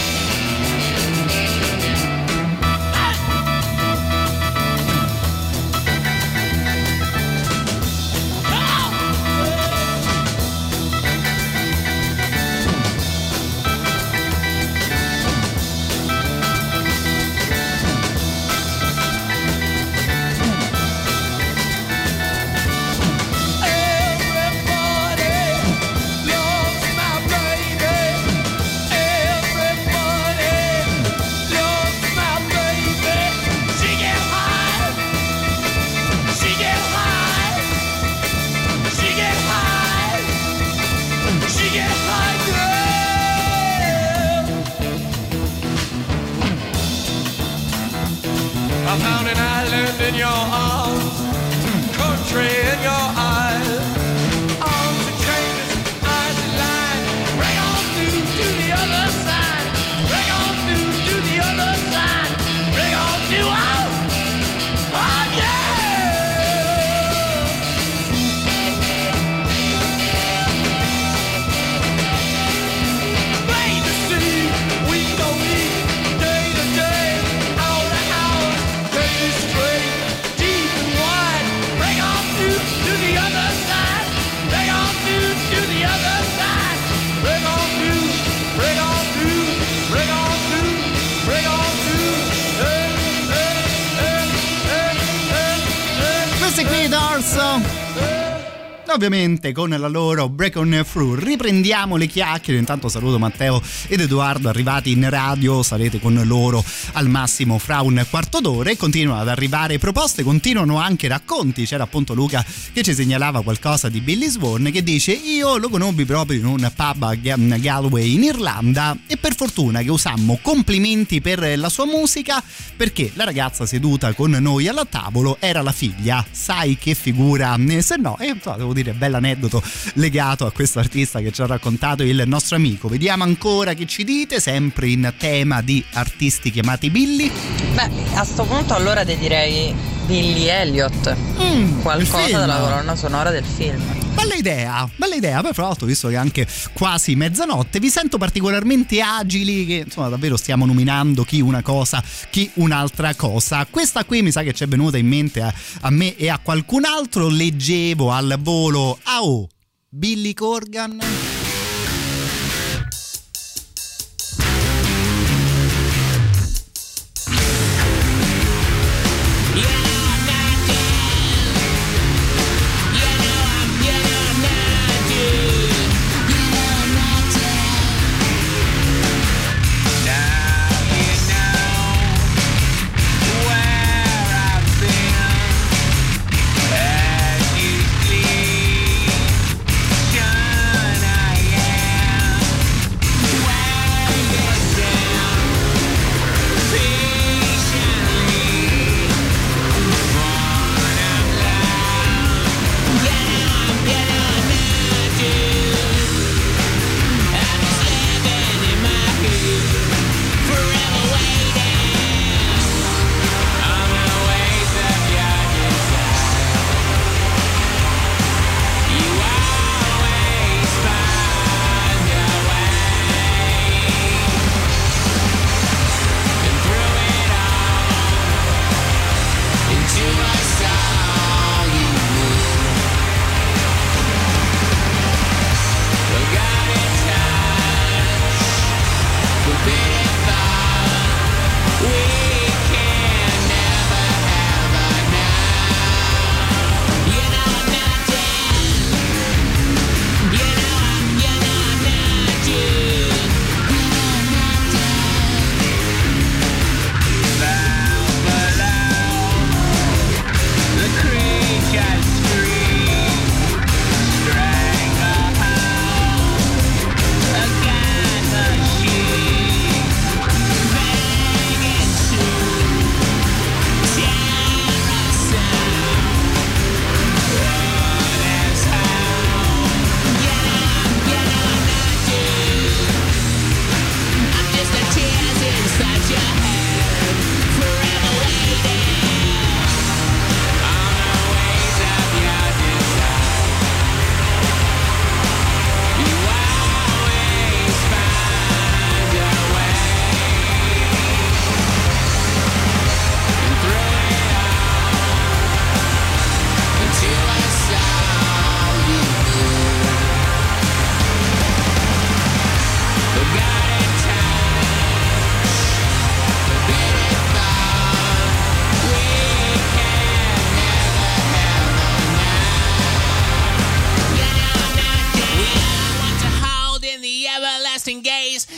I found an island in your arms, country in your eyes, arms and chains, eyes and lines. Break on through to the other side, break on through to the other side, break on through, oh, oh yeah! Play the sea, we go eat, day to day, hour to hour. Straight, deep and wide, break on through to the other side, break on through to the other side, break on through, break on through, break on through, break on through. Hey, hey, hey, hey, hey, hey. Questi qui Doors, ovviamente con la loro Break On Through. Riprendiamo le chiacchiere. Intanto saluto Matteo ed Edoardo, arrivati in radio, sarete con loro al massimo fra un quarto d'ora. E continuano ad arrivare proposte, continuano anche racconti. C'era appunto Luca che ci segnalava qualcosa di Billy Swan, che dice: io lo conobbi proprio in un pub a Galway in Irlanda, e per fortuna che usammo complimenti per la sua musica, perché la ragazza seduta con noi al tavolo era la figlia. Sai che figura, se no, e eh, devo dire, bell'aneddoto legato a questo artista che ci ha raccontato il nostro amico. Vediamo ancora che ci dite, sempre in tema di artisti chiamati Billy. Beh, a sto punto allora ti direi Billy Elliot, mm, qualcosa della colonna sonora del film. Bella idea, bella idea. Poi fra l'altro, visto che è anche quasi mezzanotte, vi sento particolarmente agili, che insomma davvero stiamo nominando chi una cosa, chi un'altra cosa. Questa qui mi sa che ci è venuta in mente a, a me e a qualcun altro. Leggevo al volo, ah oh, Billy Corgan. Shine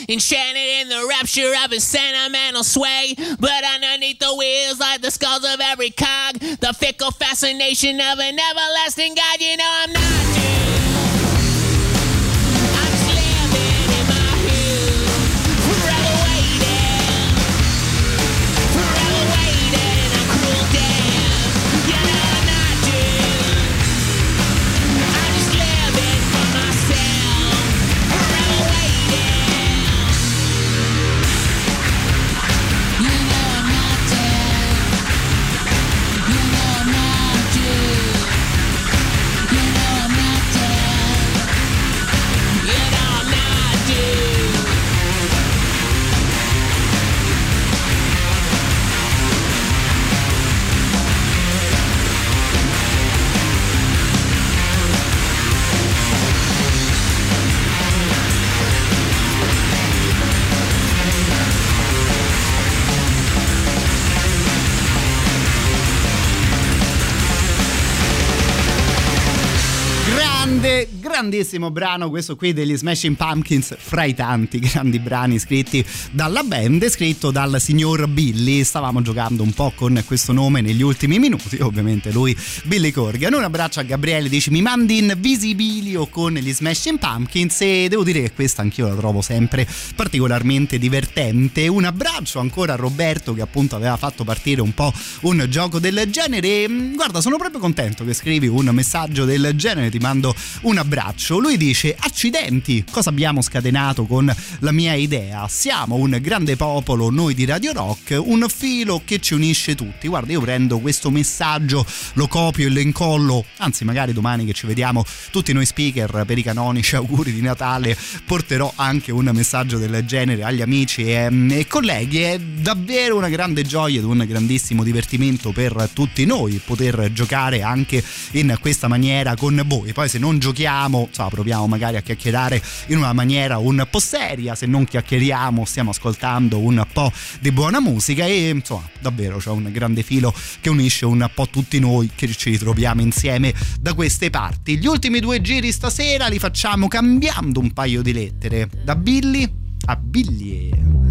enchanted in the rapture of his sentimental sway. But underneath the wheels, like the skulls of every cog, the fickle fascination of an everlasting God. You know I'm not doomed. I'm just living in my hood, forever waiting, forever waiting in a cruel death. You know I'm not doomed. I'm just living for myself, forever waiting. You know I'm not dead. You know I'm not doomed. You know I'm not dead. You know I'm not doomed. Grande, grandissimo brano questo qui degli Smashing Pumpkins, fra i tanti grandi brani scritti dalla band, scritto dal signor Billy. Stavamo giocando un po' con questo nome negli ultimi minuti, ovviamente lui Billy Corgan. Un abbraccio a Gabriele, dice mi mandi in visibilio con gli Smashing Pumpkins, e devo dire che questa anch'io la trovo sempre particolarmente divertente. Un abbraccio ancora a Roberto, che appunto aveva fatto partire un po' un gioco del genere. Guarda, sono proprio contento che scrivi un messaggio del genere, ti mando un abbraccio. Lui dice accidenti, cosa abbiamo scatenato con la mia idea? Siamo un grande popolo noi di Radio Rock, un filo che ci unisce tutti. Guarda, io prendo questo messaggio, lo copio e lo incollo, anzi magari domani che ci vediamo tutti noi speaker per i canonici auguri di Natale porterò anche un messaggio del genere agli amici e, e colleghi. È davvero una grande gioia ed un grandissimo divertimento per tutti noi poter giocare anche in questa maniera con voi. Poi se non giochiamo, so, proviamo magari a chiacchierare in una maniera un po' seria, se non chiacchieriamo stiamo ascoltando un po' di buona musica e insomma davvero c'è un grande filo che unisce un po' tutti noi che ci ritroviamo insieme da queste parti. Gli ultimi due giri stasera li facciamo cambiando un paio di lettere, da Billy a Billy.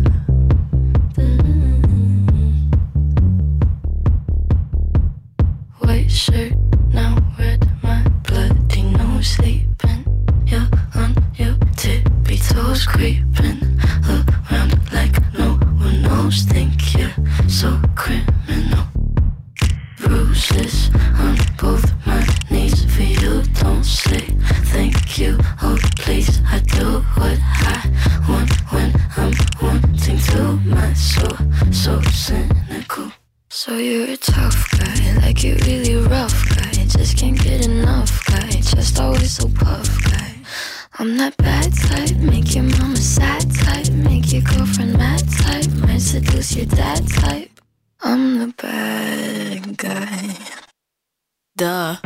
White shirt, now red, my bloody nose sleeping. You're on your tippy toes, creeping around like no one knows. Think you're so criminal. Bruises on both my knees for you, don't say thank you. Oh please, I do what I want when I'm wanting to. My soul, so cynical. So you're a tough guy, like you really rough guy. Just can't get enough guy, just always so puff guy. I'm that bad type, make your mama sad type, make your girlfriend mad type, might seduce your dad type. I'm the bad guy. Duh.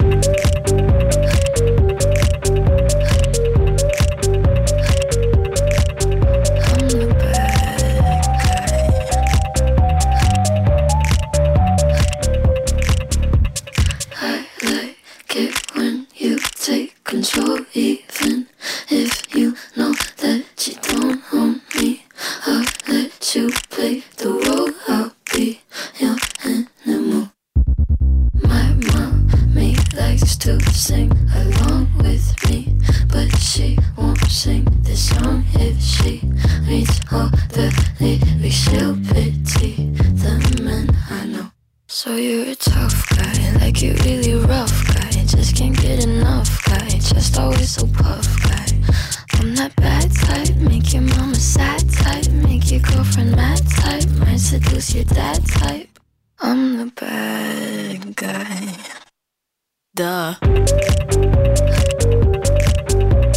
Control, even if you know that you don't own me. I'll let you play the role, I'll be your animal. My mommy likes to sing along with me, but she won't sing this song if she reads all the lyrics. She'll pity the men I know. So you're a tough guy, like you really rough guy. Just can't get enough guy, just always so puff guy. I'm that bad type, make your mama sad type, make your girlfriend mad type, might seduce your dad type. I'm the bad guy. Duh.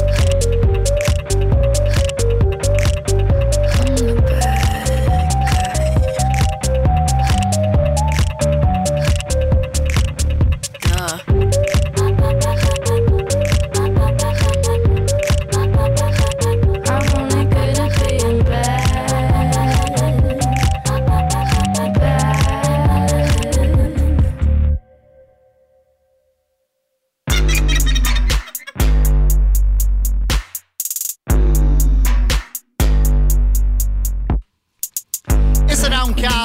I'm the bad guy.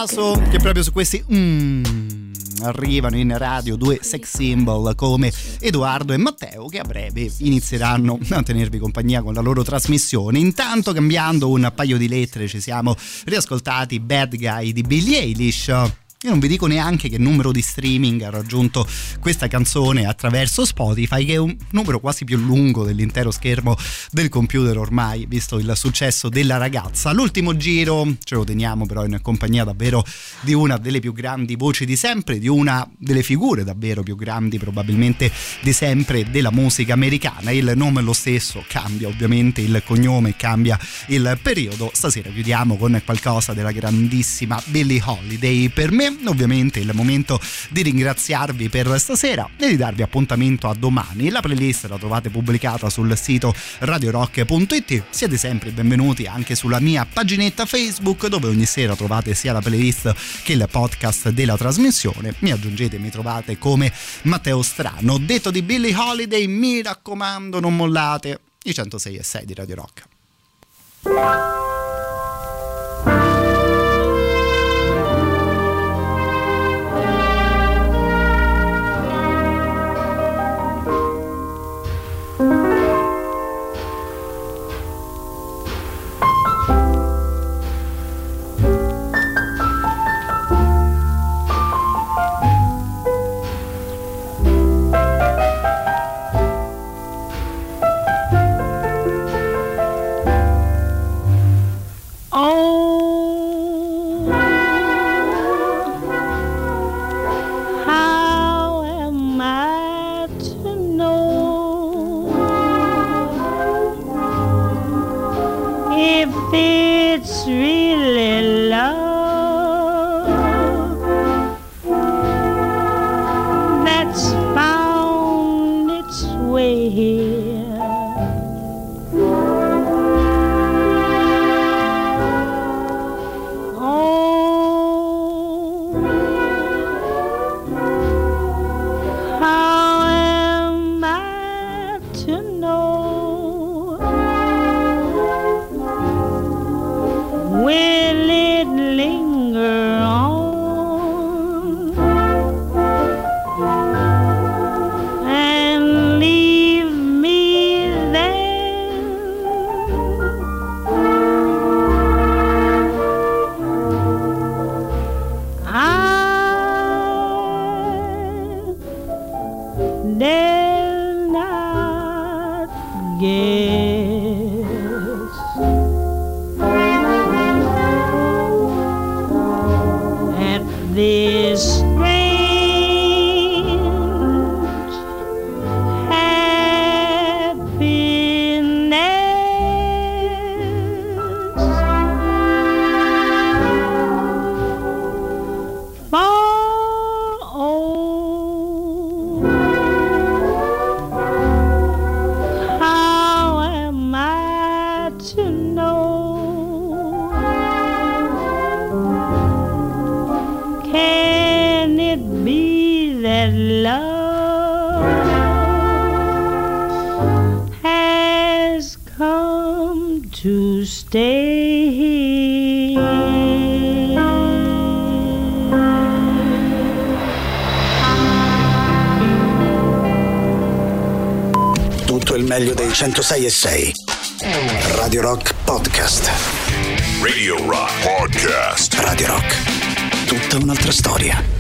caso che proprio su questi mm, arrivano in radio due sex symbol come Edoardo e Matteo, che a breve inizieranno a tenervi compagnia con la loro trasmissione. Intanto, cambiando un paio di lettere, ci siamo riascoltati Bad Guy di Billie Eilish. Io non vi dico neanche che numero di streaming ha raggiunto questa canzone attraverso Spotify, che è un numero quasi più lungo dell'intero schermo del computer ormai, visto il successo della ragazza. L'ultimo giro ce lo teniamo però in compagnia davvero di una delle più grandi voci di sempre, di una delle figure davvero più grandi probabilmente di sempre della musica americana. Il nome è lo stesso, cambia ovviamente il cognome, cambia il periodo. Stasera chiudiamo con qualcosa della grandissima Billie Holiday. Per me ovviamente il momento di ringraziarvi per stasera e di darvi appuntamento a domani. La playlist la trovate pubblicata sul sito radio rock punto it. Siete sempre benvenuti anche sulla mia paginetta Facebook, dove ogni sera trovate sia la playlist che il podcast della trasmissione. Mi aggiungete, mi trovate come Matteo Strano. Detto di Billie Holiday, mi raccomando, non mollate i centosei e sei di Radio Rock. It's really love that's found its way here. Oh, how am I to know? Will it linger on and leave me then? I dare not guess. At this strange happiness, for oh, how am I to know? Can it be that love has come to stay? Tutto il meglio dei centosei e sei. Radio Rock Podcast. Radio Rock Podcast. Radio Rock. Tutta un'altra storia.